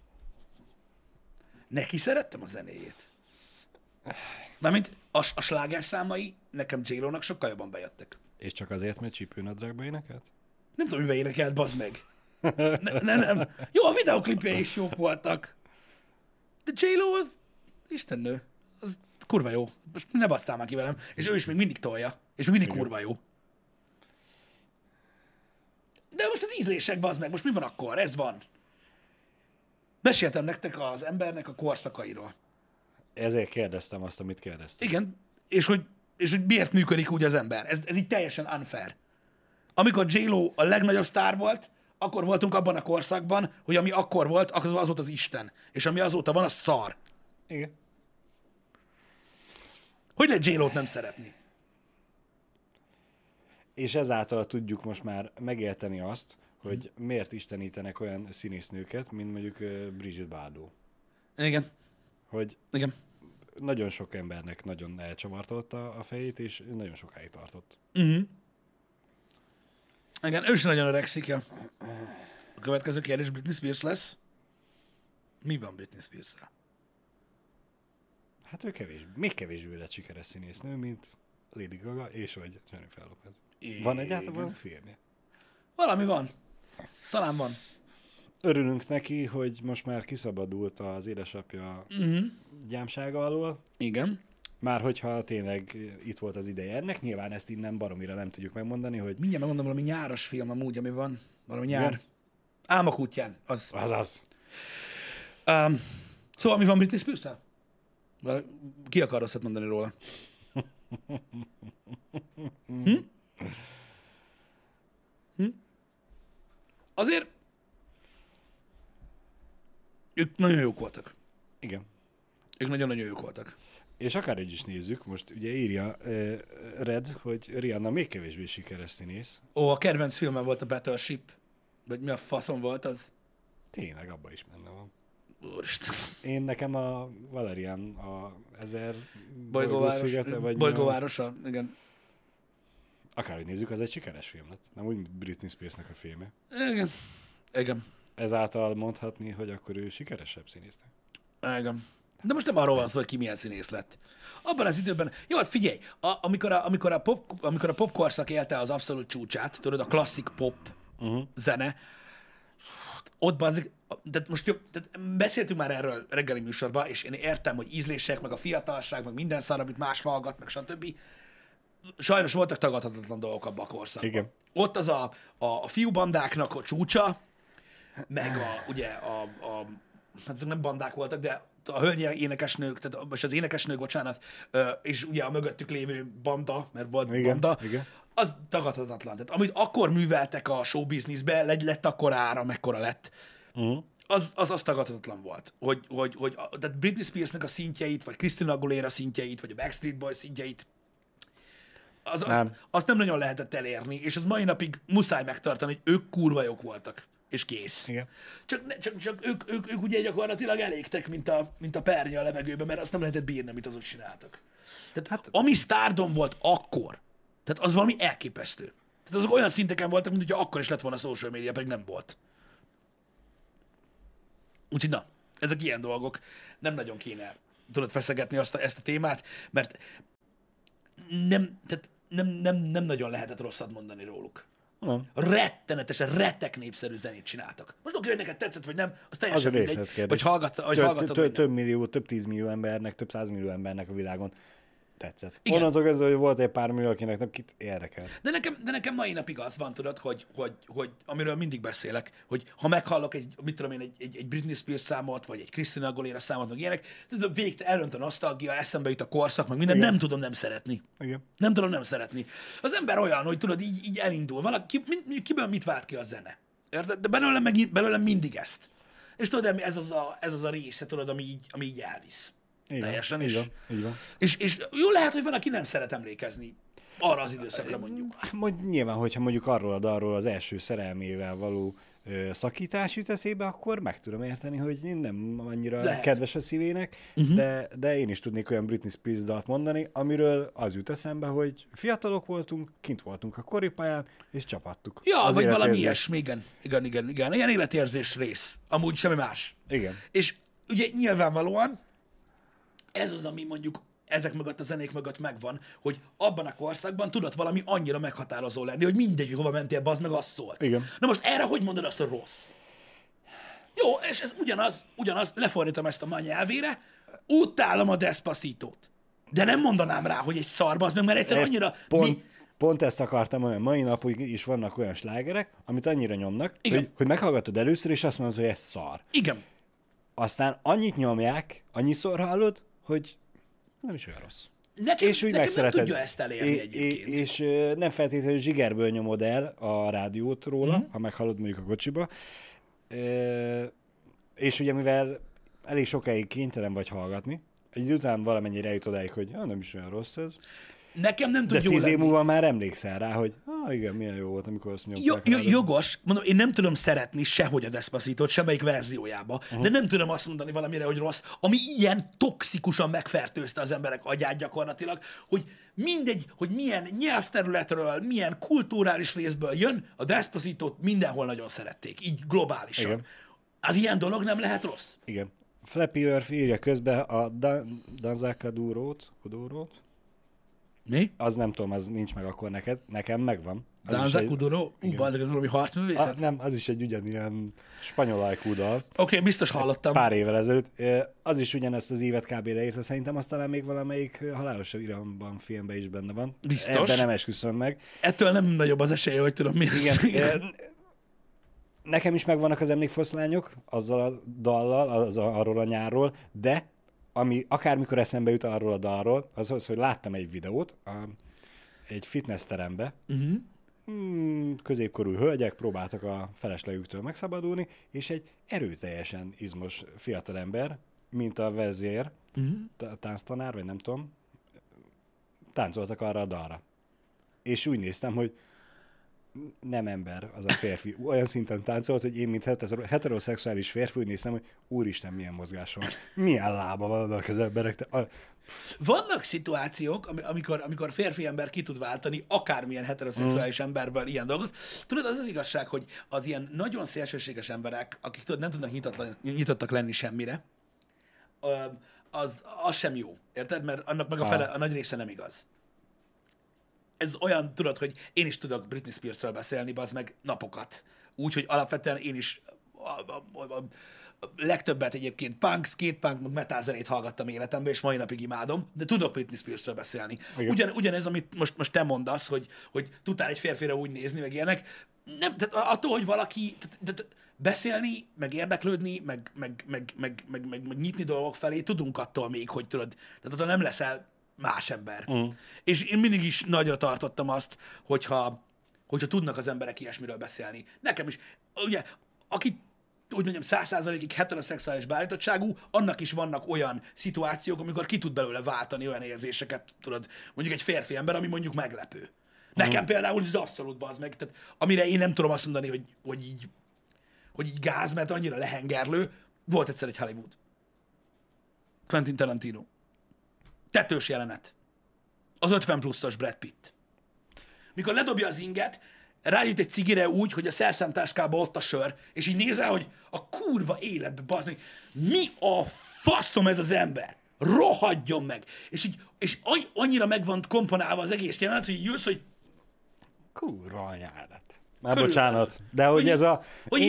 Neki szerettem a zenéjét. Mármint a slágerszámai nekem J-Lo-nak sokkal jobban bejöttek. És csak azért, mert csípőnadrágba énekelt? Nem tudom, miben énekelt, bazd meg. Nem. Jó, a videoklipjei is jók voltak. De J-Lo az istennő. Az kurva jó. Most ne basszál már ki velem. És ő is még mindig tolja. És még mindig kurva jó. De most az ízlések, bazd meg. Most mi van akkor? Ez van. Meséltem nektek az embernek a korszakairól. Ezért kérdeztem azt, amit kérdeztem. Igen. És hogy miért működik úgy az ember. Ez így teljesen unfair. Amikor J-Lo a legnagyobb sztár volt, akkor voltunk abban a korszakban, hogy ami akkor volt, az volt az Isten. És ami azóta van, az szar. Igen. Hogy lehet J-Lo-t nem szeretni? És ezáltal tudjuk most már megérteni azt, hogy miért istenítenek olyan színésznőket, mint mondjuk Brigitte Bardot. Igen. Hogy igen. Nagyon sok embernek nagyon elcsavartotta a fejét, és nagyon sokáig tartott. Igen, ő is nagyon öregszik, ja. A következő kérdés Britney Spears lesz. Mi van Britney Spears-szel? Hát ő még kevésbé lett sikeres színésznő, mint Lady Gaga és vagy Jennifer Lopez. Van egyáltalán filmje? Valami van. Talán van. Örülünk neki, hogy most már kiszabadult az édesapja gyámsága alól. Igen. Már hogyha tényleg itt volt az ideje ennek, nyilván ezt innen baromira nem tudjuk megmondani, hogy... Mindjárt megmondom, valami nyáros film amúgy, ami van. Valami nyár. Álmok útján. Az. Szóval mi van Britney Spears-szel? Ki akar rosszat mondani róla? Azért ők nagyon jók voltak. Igen. Ők nagyon-nagyon jók voltak. És akárhogy is nézzük, most ugye írja Red, hogy Rihanna még kevésbé sikeres színész. Ó, a kedvenc filmem volt a Battleship. Vagy mi a faszom volt az? Tényleg, abban is benne van. Úristen. Én nekem a Valerian, a 1000 Bolygóváros, bolygóvárosa, igen. Akárhogy nézzük, az egy sikeres film lett. Nem úgy, mint Britney Spearsnek a filmje. Igen. Ezáltal mondhatni, hogy akkor ő sikeresebb színésznek. Igen. De most nem arról van szó, hogy ki milyen színész lett. Abban az időben, jó, hát figyelj, amikor a pop korszak élte az abszolút csúcsát, tudod, a klasszik pop zene, ott bazzik, de most jó, tehát beszéltünk már erről reggeli műsorban, és én értem, hogy ízlések, meg a fiatalság, meg minden szar, amit más hallgat, meg stb. Sajnos voltak tagadhatatlan dolgok abban a korszakban. Igen. Ott az a fiúbandáknak a csúcsa, meg hát ezek nem bandák voltak, de a hölgy énekesnők, tehát most az énekesnők, bocsánat, és ugye a mögöttük lévő banda, mert volt banda, az tagadhatatlan. Tehát amit akkor műveltek a showbizniszbe, lett akkor ára, mekkora lett, az tagadhatatlan volt. Hogy tehát Britney Spearsnek a szintjeit, vagy Christina Aguilera szintjeit, vagy a Backstreet Boys szintjeit, azt nem nagyon lehetett elérni, és az mai napig muszáj megtartani, hogy ők kurva jók voltak. És kész. Igen. Csak ők ugye gyakorlatilag elégtek, mint a pernye a levegőben, mert azt nem lehetett bírni, amit azok csináltak. Tehát hát, ami sztárdom volt akkor, tehát az valami elképesztő. Tehát azok olyan szinteken voltak, mint hogyha akkor is lett volna social media, pedig nem volt. Úgyhogy na, ezek ilyen dolgok. Nem nagyon kéne tudod feszegetni ezt a témát, mert nem nagyon lehetett rosszat mondani róluk. Rettenetesen, retek népszerű zenét csináltak. Most oké, hogy neked tetszett, vagy nem, az teljesen mindegy, vagy hallgattad. Több millió, több 10 millió embernek, több 100 millió embernek a világon tetszett. Igen. Onnantól kezdve, hogy volt egy pár millió, akinek nem kit érdekel. De nekem mai napig az van, tudod, hogy amiről mindig beszélek, hogy ha meghallok egy Britney Spears számot, vagy egy Christina Aguilera számot, meg ilyenek, tudod, elönt a nosztalgia, eszembe jut a korszak, meg minden, nem tudom nem szeretni. Igen. Nem tudom nem szeretni. Az ember olyan, hogy tudod, így elindul. Valaki, kiből mit vált ki a zene? Érted? De belőlem mindig ezt. És tudod, ez az a része, tudod, ami így elvisz. Igen, teljesen. Így van. És jó lehet, hogy van, aki nem szeret emlékezni arra az időszakra, mondjuk. Nyilván, hogyha mondjuk arról a dalról az első szerelmével való szakítás jut eszébe, akkor meg tudom érteni, hogy nem annyira lehet. Kedves a szívének, de én is tudnék olyan Britney Spears dalt mondani, amiről az jut eszembe, hogy fiatalok voltunk, kint voltunk a koripályán, és csapattuk. Ja, az vagy valami ilyesmi, igen. Ilyen életérzés rész. Amúgy semmi más. Igen. És ugye nyilvánvalóan ez az, ami mondjuk ezek mögött, a zenék mögött megvan, hogy abban a korszakban tudott valami annyira meghatározó lenni, hogy mindegy, hova mentél, bazd meg, az szólt. Igen. Na most erre hogy mondod azt, hogy rossz? Jó, és ez ugyanaz, lefordítom ezt a ma nyelvére, utálom a Despacitót. De nem mondanám rá, hogy egy szar, bazd meg, mert egyszerűen annyira... Pont ezt akartam, olyan mai napig is vannak olyan slágerek, amit annyira nyomnak, hogy meghallgatod először, és azt mondod, hogy ez szar. Igen. Aztán annyit nyomják, annyiszor hallod, hogy nem is olyan rossz. Nekem nem tudja ezt elérni egyébként. És nem feltétlenül zsigerből nyomod el a rádiót róla, ha meghallod mondjuk a kocsiba. És ugye mivel elég sokáig kénytelen vagy hallgatni, egy idő után valamennyire eljut odáig, hogy nem is olyan rossz ez. Nekem nem tud de 10 év múlva már emlékszel rá, hogy igen, milyen jó volt, amikor azt nyomták. Jogos, mondom, én nem tudom szeretni sehogy a Despacitót, semmelyik verziójába, de nem tudom azt mondani valamire, hogy rossz, ami ilyen toxikusan megfertőzte az emberek agyát gyakorlatilag, hogy mindegy, hogy milyen nyelvterületről, milyen kulturális részből jön, a Despacitót mindenhol nagyon szerették, így globálisan. Igen. Az ilyen dolog nem lehet rossz. Igen. Flappy Earth írja közbe a Danzakadúrót, Mi? az nem tudom, az nincs meg akkor neked, nekem megvan. Az is Danza egy, Kuduro? Bazdmeg, ez valami harcművészet? nem, az is egy ugyanilyen spanyol ajkú dal. Oké, biztos hallottam. Pár évvel ezelőtt. Az is ugyanezt az évet kb. Leírta, szerintem azt talán még valamelyik Halálos Iramban filmben is benne van. Biztos. Ebben nem esküszöm meg. Ettől nem nagyobb az esélye, hogy tudom mi ez. Igen. Nekem is megvannak az emlékfoszlányok azzal a dallal, arról a nyárról, de ami akármikor eszembe jut arról a dalról, az az, hogy láttam egy videót egy fitnessterembe, középkorú hölgyek próbáltak a feleslegüktől megszabadulni, és egy erőteljesen izmos fiatalember, mint a vezér, tánctanár, vagy nem tudom, táncoltak arra a dalra. És úgy néztem, hogy nem ember az a férfi. Olyan szinten táncolt, hogy én, mint heteroszexuális férfi, úgy néztem, hogy úristen, milyen mozgás van. Milyen lába vannak az emberek. Vannak szituációk, amikor férfi ember ki tud váltani akármilyen heteroszexuális emberből ilyen dolgot. Tudod, az az igazság, hogy az ilyen nagyon szélsőséges emberek, akik tudod, nem tudnak nyitottak lenni semmire, az sem jó. Érted? Mert annak meg a nagy része nem igaz. Ez olyan, tudod, hogy én is tudok Britney Spearsről beszélni, az meg napokat. Úgyhogy alapvetően én is a legtöbbet egyébként punk, skatepunk, metal zenét hallgattam életemben, és mai napig imádom, de tudok Britney Spearsről beszélni. Ugyanez, amit most te mondasz, hogy tudtál egy férfira úgy nézni, meg ilyenek. Nem, tehát attól, hogy valaki beszélni, meg érdeklődni, meg nyitni dolgok felé, tudunk attól még, hogy tudod, tehát attól nem leszel más ember. És én mindig is nagyra tartottam azt, hogyha tudnak az emberek ilyesmiről beszélni. Nekem is, ugye, aki úgy mondjam 100%-ig heteroszexuális beállítottságú, annak is vannak olyan szituációk, amikor ki tud belőle váltani olyan érzéseket, tudod, mondjuk egy férfi ember, ami mondjuk meglepő. Nekem például ez abszolút bazd meg, tehát amire én nem tudom azt mondani, hogy így gáz, mert annyira lehengerlő, volt egyszer egy Hollywood. Quentin Tarantino. Tetős jelenet. Az 50 pluszos Brad Pitt. Mikor ledobja az inget, rájut egy cigire úgy, hogy a szerszámtáskába ott a sör, és így nézel, hogy a kurva életbe, bazd, mi a faszom ez az ember? Rohadjon meg! És annyira meg van komponálva az egész jelenet, hogy így jössz, hogy kurva anyádat. Már bocsánat, de hogy ez a...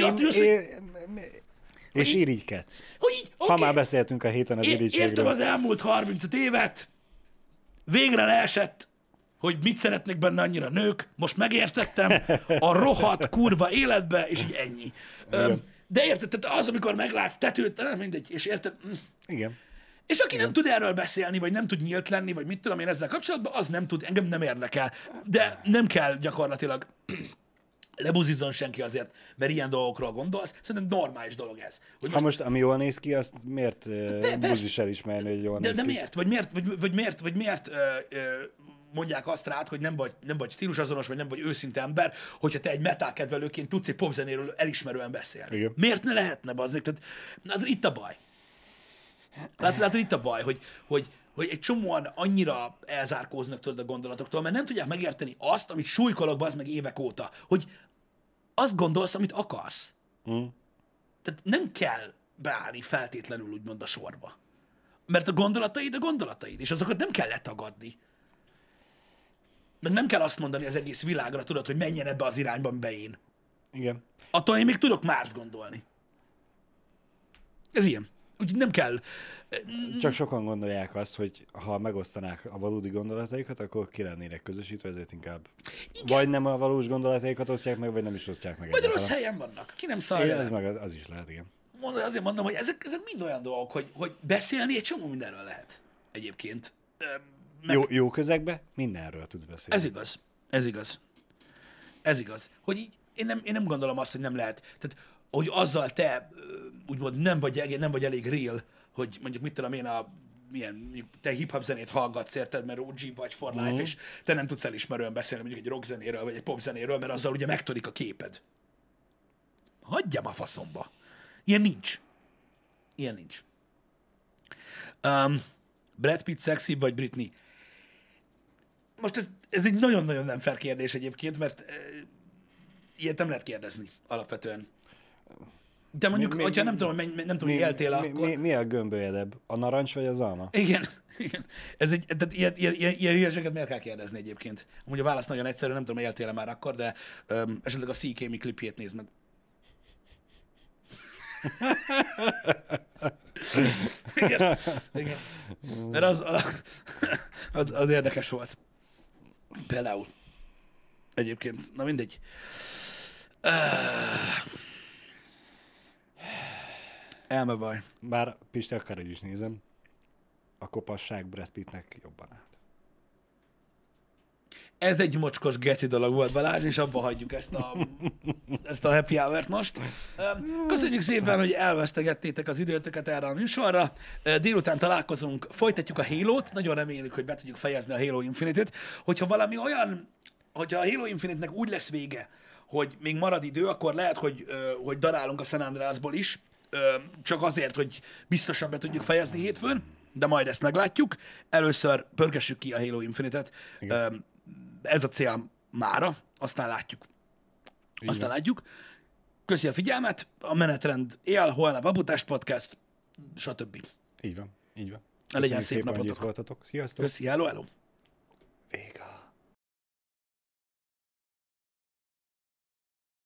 És irigykedsz. Ha már beszéltünk a héten az irigységről. Értem az elmúlt 35 évet, végre leesett, hogy mit szeretnek benne annyira nők, most megértettem a rohadt kurva életbe, és így ennyi. De érted, tehát az, amikor meglátsz tetőt, mindegy, és érted? Igen. És aki nem tud erről beszélni, vagy nem tud nyílt lenni, vagy mit tudom én ezzel kapcsolatban, az nem tud, engem nem érdekel. De nem kell gyakorlatilag lebuzizzon senki azért, mert ilyen dolgokról gondolsz. Szerintem normális dolog ez. Hogy most ami jól néz ki, azt miért buzis elismerni, hogy jól néz de ki? miért? Vagy miért mondják azt rád, hogy nem vagy stílusazonos, vagy nem vagy őszinte ember, hogyha te egy metal kedvelőként tudsz egy popzenéről elismerően beszélni. Igen. Miért ne lehetne, bazzék? Tehát itt a baj. Látod, itt a baj, hogy egy csomóan annyira elzárkóznak tudod a gondolatoktól, mert nem tudják megérteni azt, amit súlykolok bazd meg évek óta, hogy azt gondolsz, amit akarsz. Tehát nem kell beállni feltétlenül úgymond a sorba. Mert a gondolataid, és azokat nem kell letagadni. Meg nem kell azt mondani az egész világra, tudod, hogy menjen ebbe az irányba, amiben én. Igen. Attól én még tudok mást gondolni. Ez ilyen. Úgyhogy nem kell. Csak sokan gondolják azt, hogy ha megosztanák a valódi gondolataikat, akkor ki lennének közösítve, ezért inkább vagy nem a valós gondolataikat osztják meg, vagy nem is osztják meg. Vagy rossz helyen vannak. Ki nem szarja. Ez meg az is lehet, igen. Azért mondom, hogy ezek mind olyan dolgok, hogy beszélni egy csomó mindenről lehet egyébként. Jó közegbe mindenről tudsz beszélni. Ez igaz. Hogy így, én nem gondolom azt, hogy nem lehet. Tehát, hogy azzal te úgymond nem vagy elég real, hogy mondjuk mit tudom én te hip-hop zenét hallgatsz, érted, mert OG vagy for life, és te nem tudsz elismerően beszélni mondjuk egy rock zenéről, vagy egy pop zenéről, mert azzal ugye megtörik a képed. Hagyjam a faszomba. Ilyen nincs. Brad Pitt szexibb, vagy Britney? Most ez egy nagyon-nagyon nem fair kérdés egyébként, mert ilyet nem lehet kérdezni alapvetően. De mondjuk, hogyha nem tudom, nem tudom, hogy éltél akkor... Mi a gömbölyedebb? A narancs vagy az alma? Igen. Igen. Ez egy, tehát ilyen hülyeséget miért kell kérdezni egyébként? Amúgy a válasz nagyon egyszerű, nem tudom, hogy éltél már akkor, de esetleg a C. Kémi klipjét nézd meg. Igen. Igen. Mert az érdekes volt. Például. Egyébként. Na mindegy. Elmebaj. Bár Pisti akár is nézem, a kopasság Brad Pittnek jobban állt. Ez egy mocskos geci dolog volt, Balázs, és abba hagyjuk ezt a happy hour-t most. Köszönjük szépen, hogy elvesztegettétek az időtöket erre a műsorra. Délután találkozunk, folytatjuk a Halo-t, nagyon reméljük, hogy be tudjuk fejezni a Halo Infinite-et. Hogyha valami olyan, hogyha a Halo Infinite-nek úgy lesz vége, hogy még marad idő, akkor lehet, hogy darálunk a San Andreasból is, csak azért, hogy biztosan be tudjuk fejezni hétfőn, de majd ezt meglátjuk. Először pörgessük ki a Halo Infinite-et. Ez a cél mára, aztán látjuk. Aztán látjuk. Köszi a figyelmet, a menetrend él, holnap Abutest Podcast, stb. Így van, így van. Legyen szép napotok. Voltatok. Sziasztok! Köszi, hello, hello.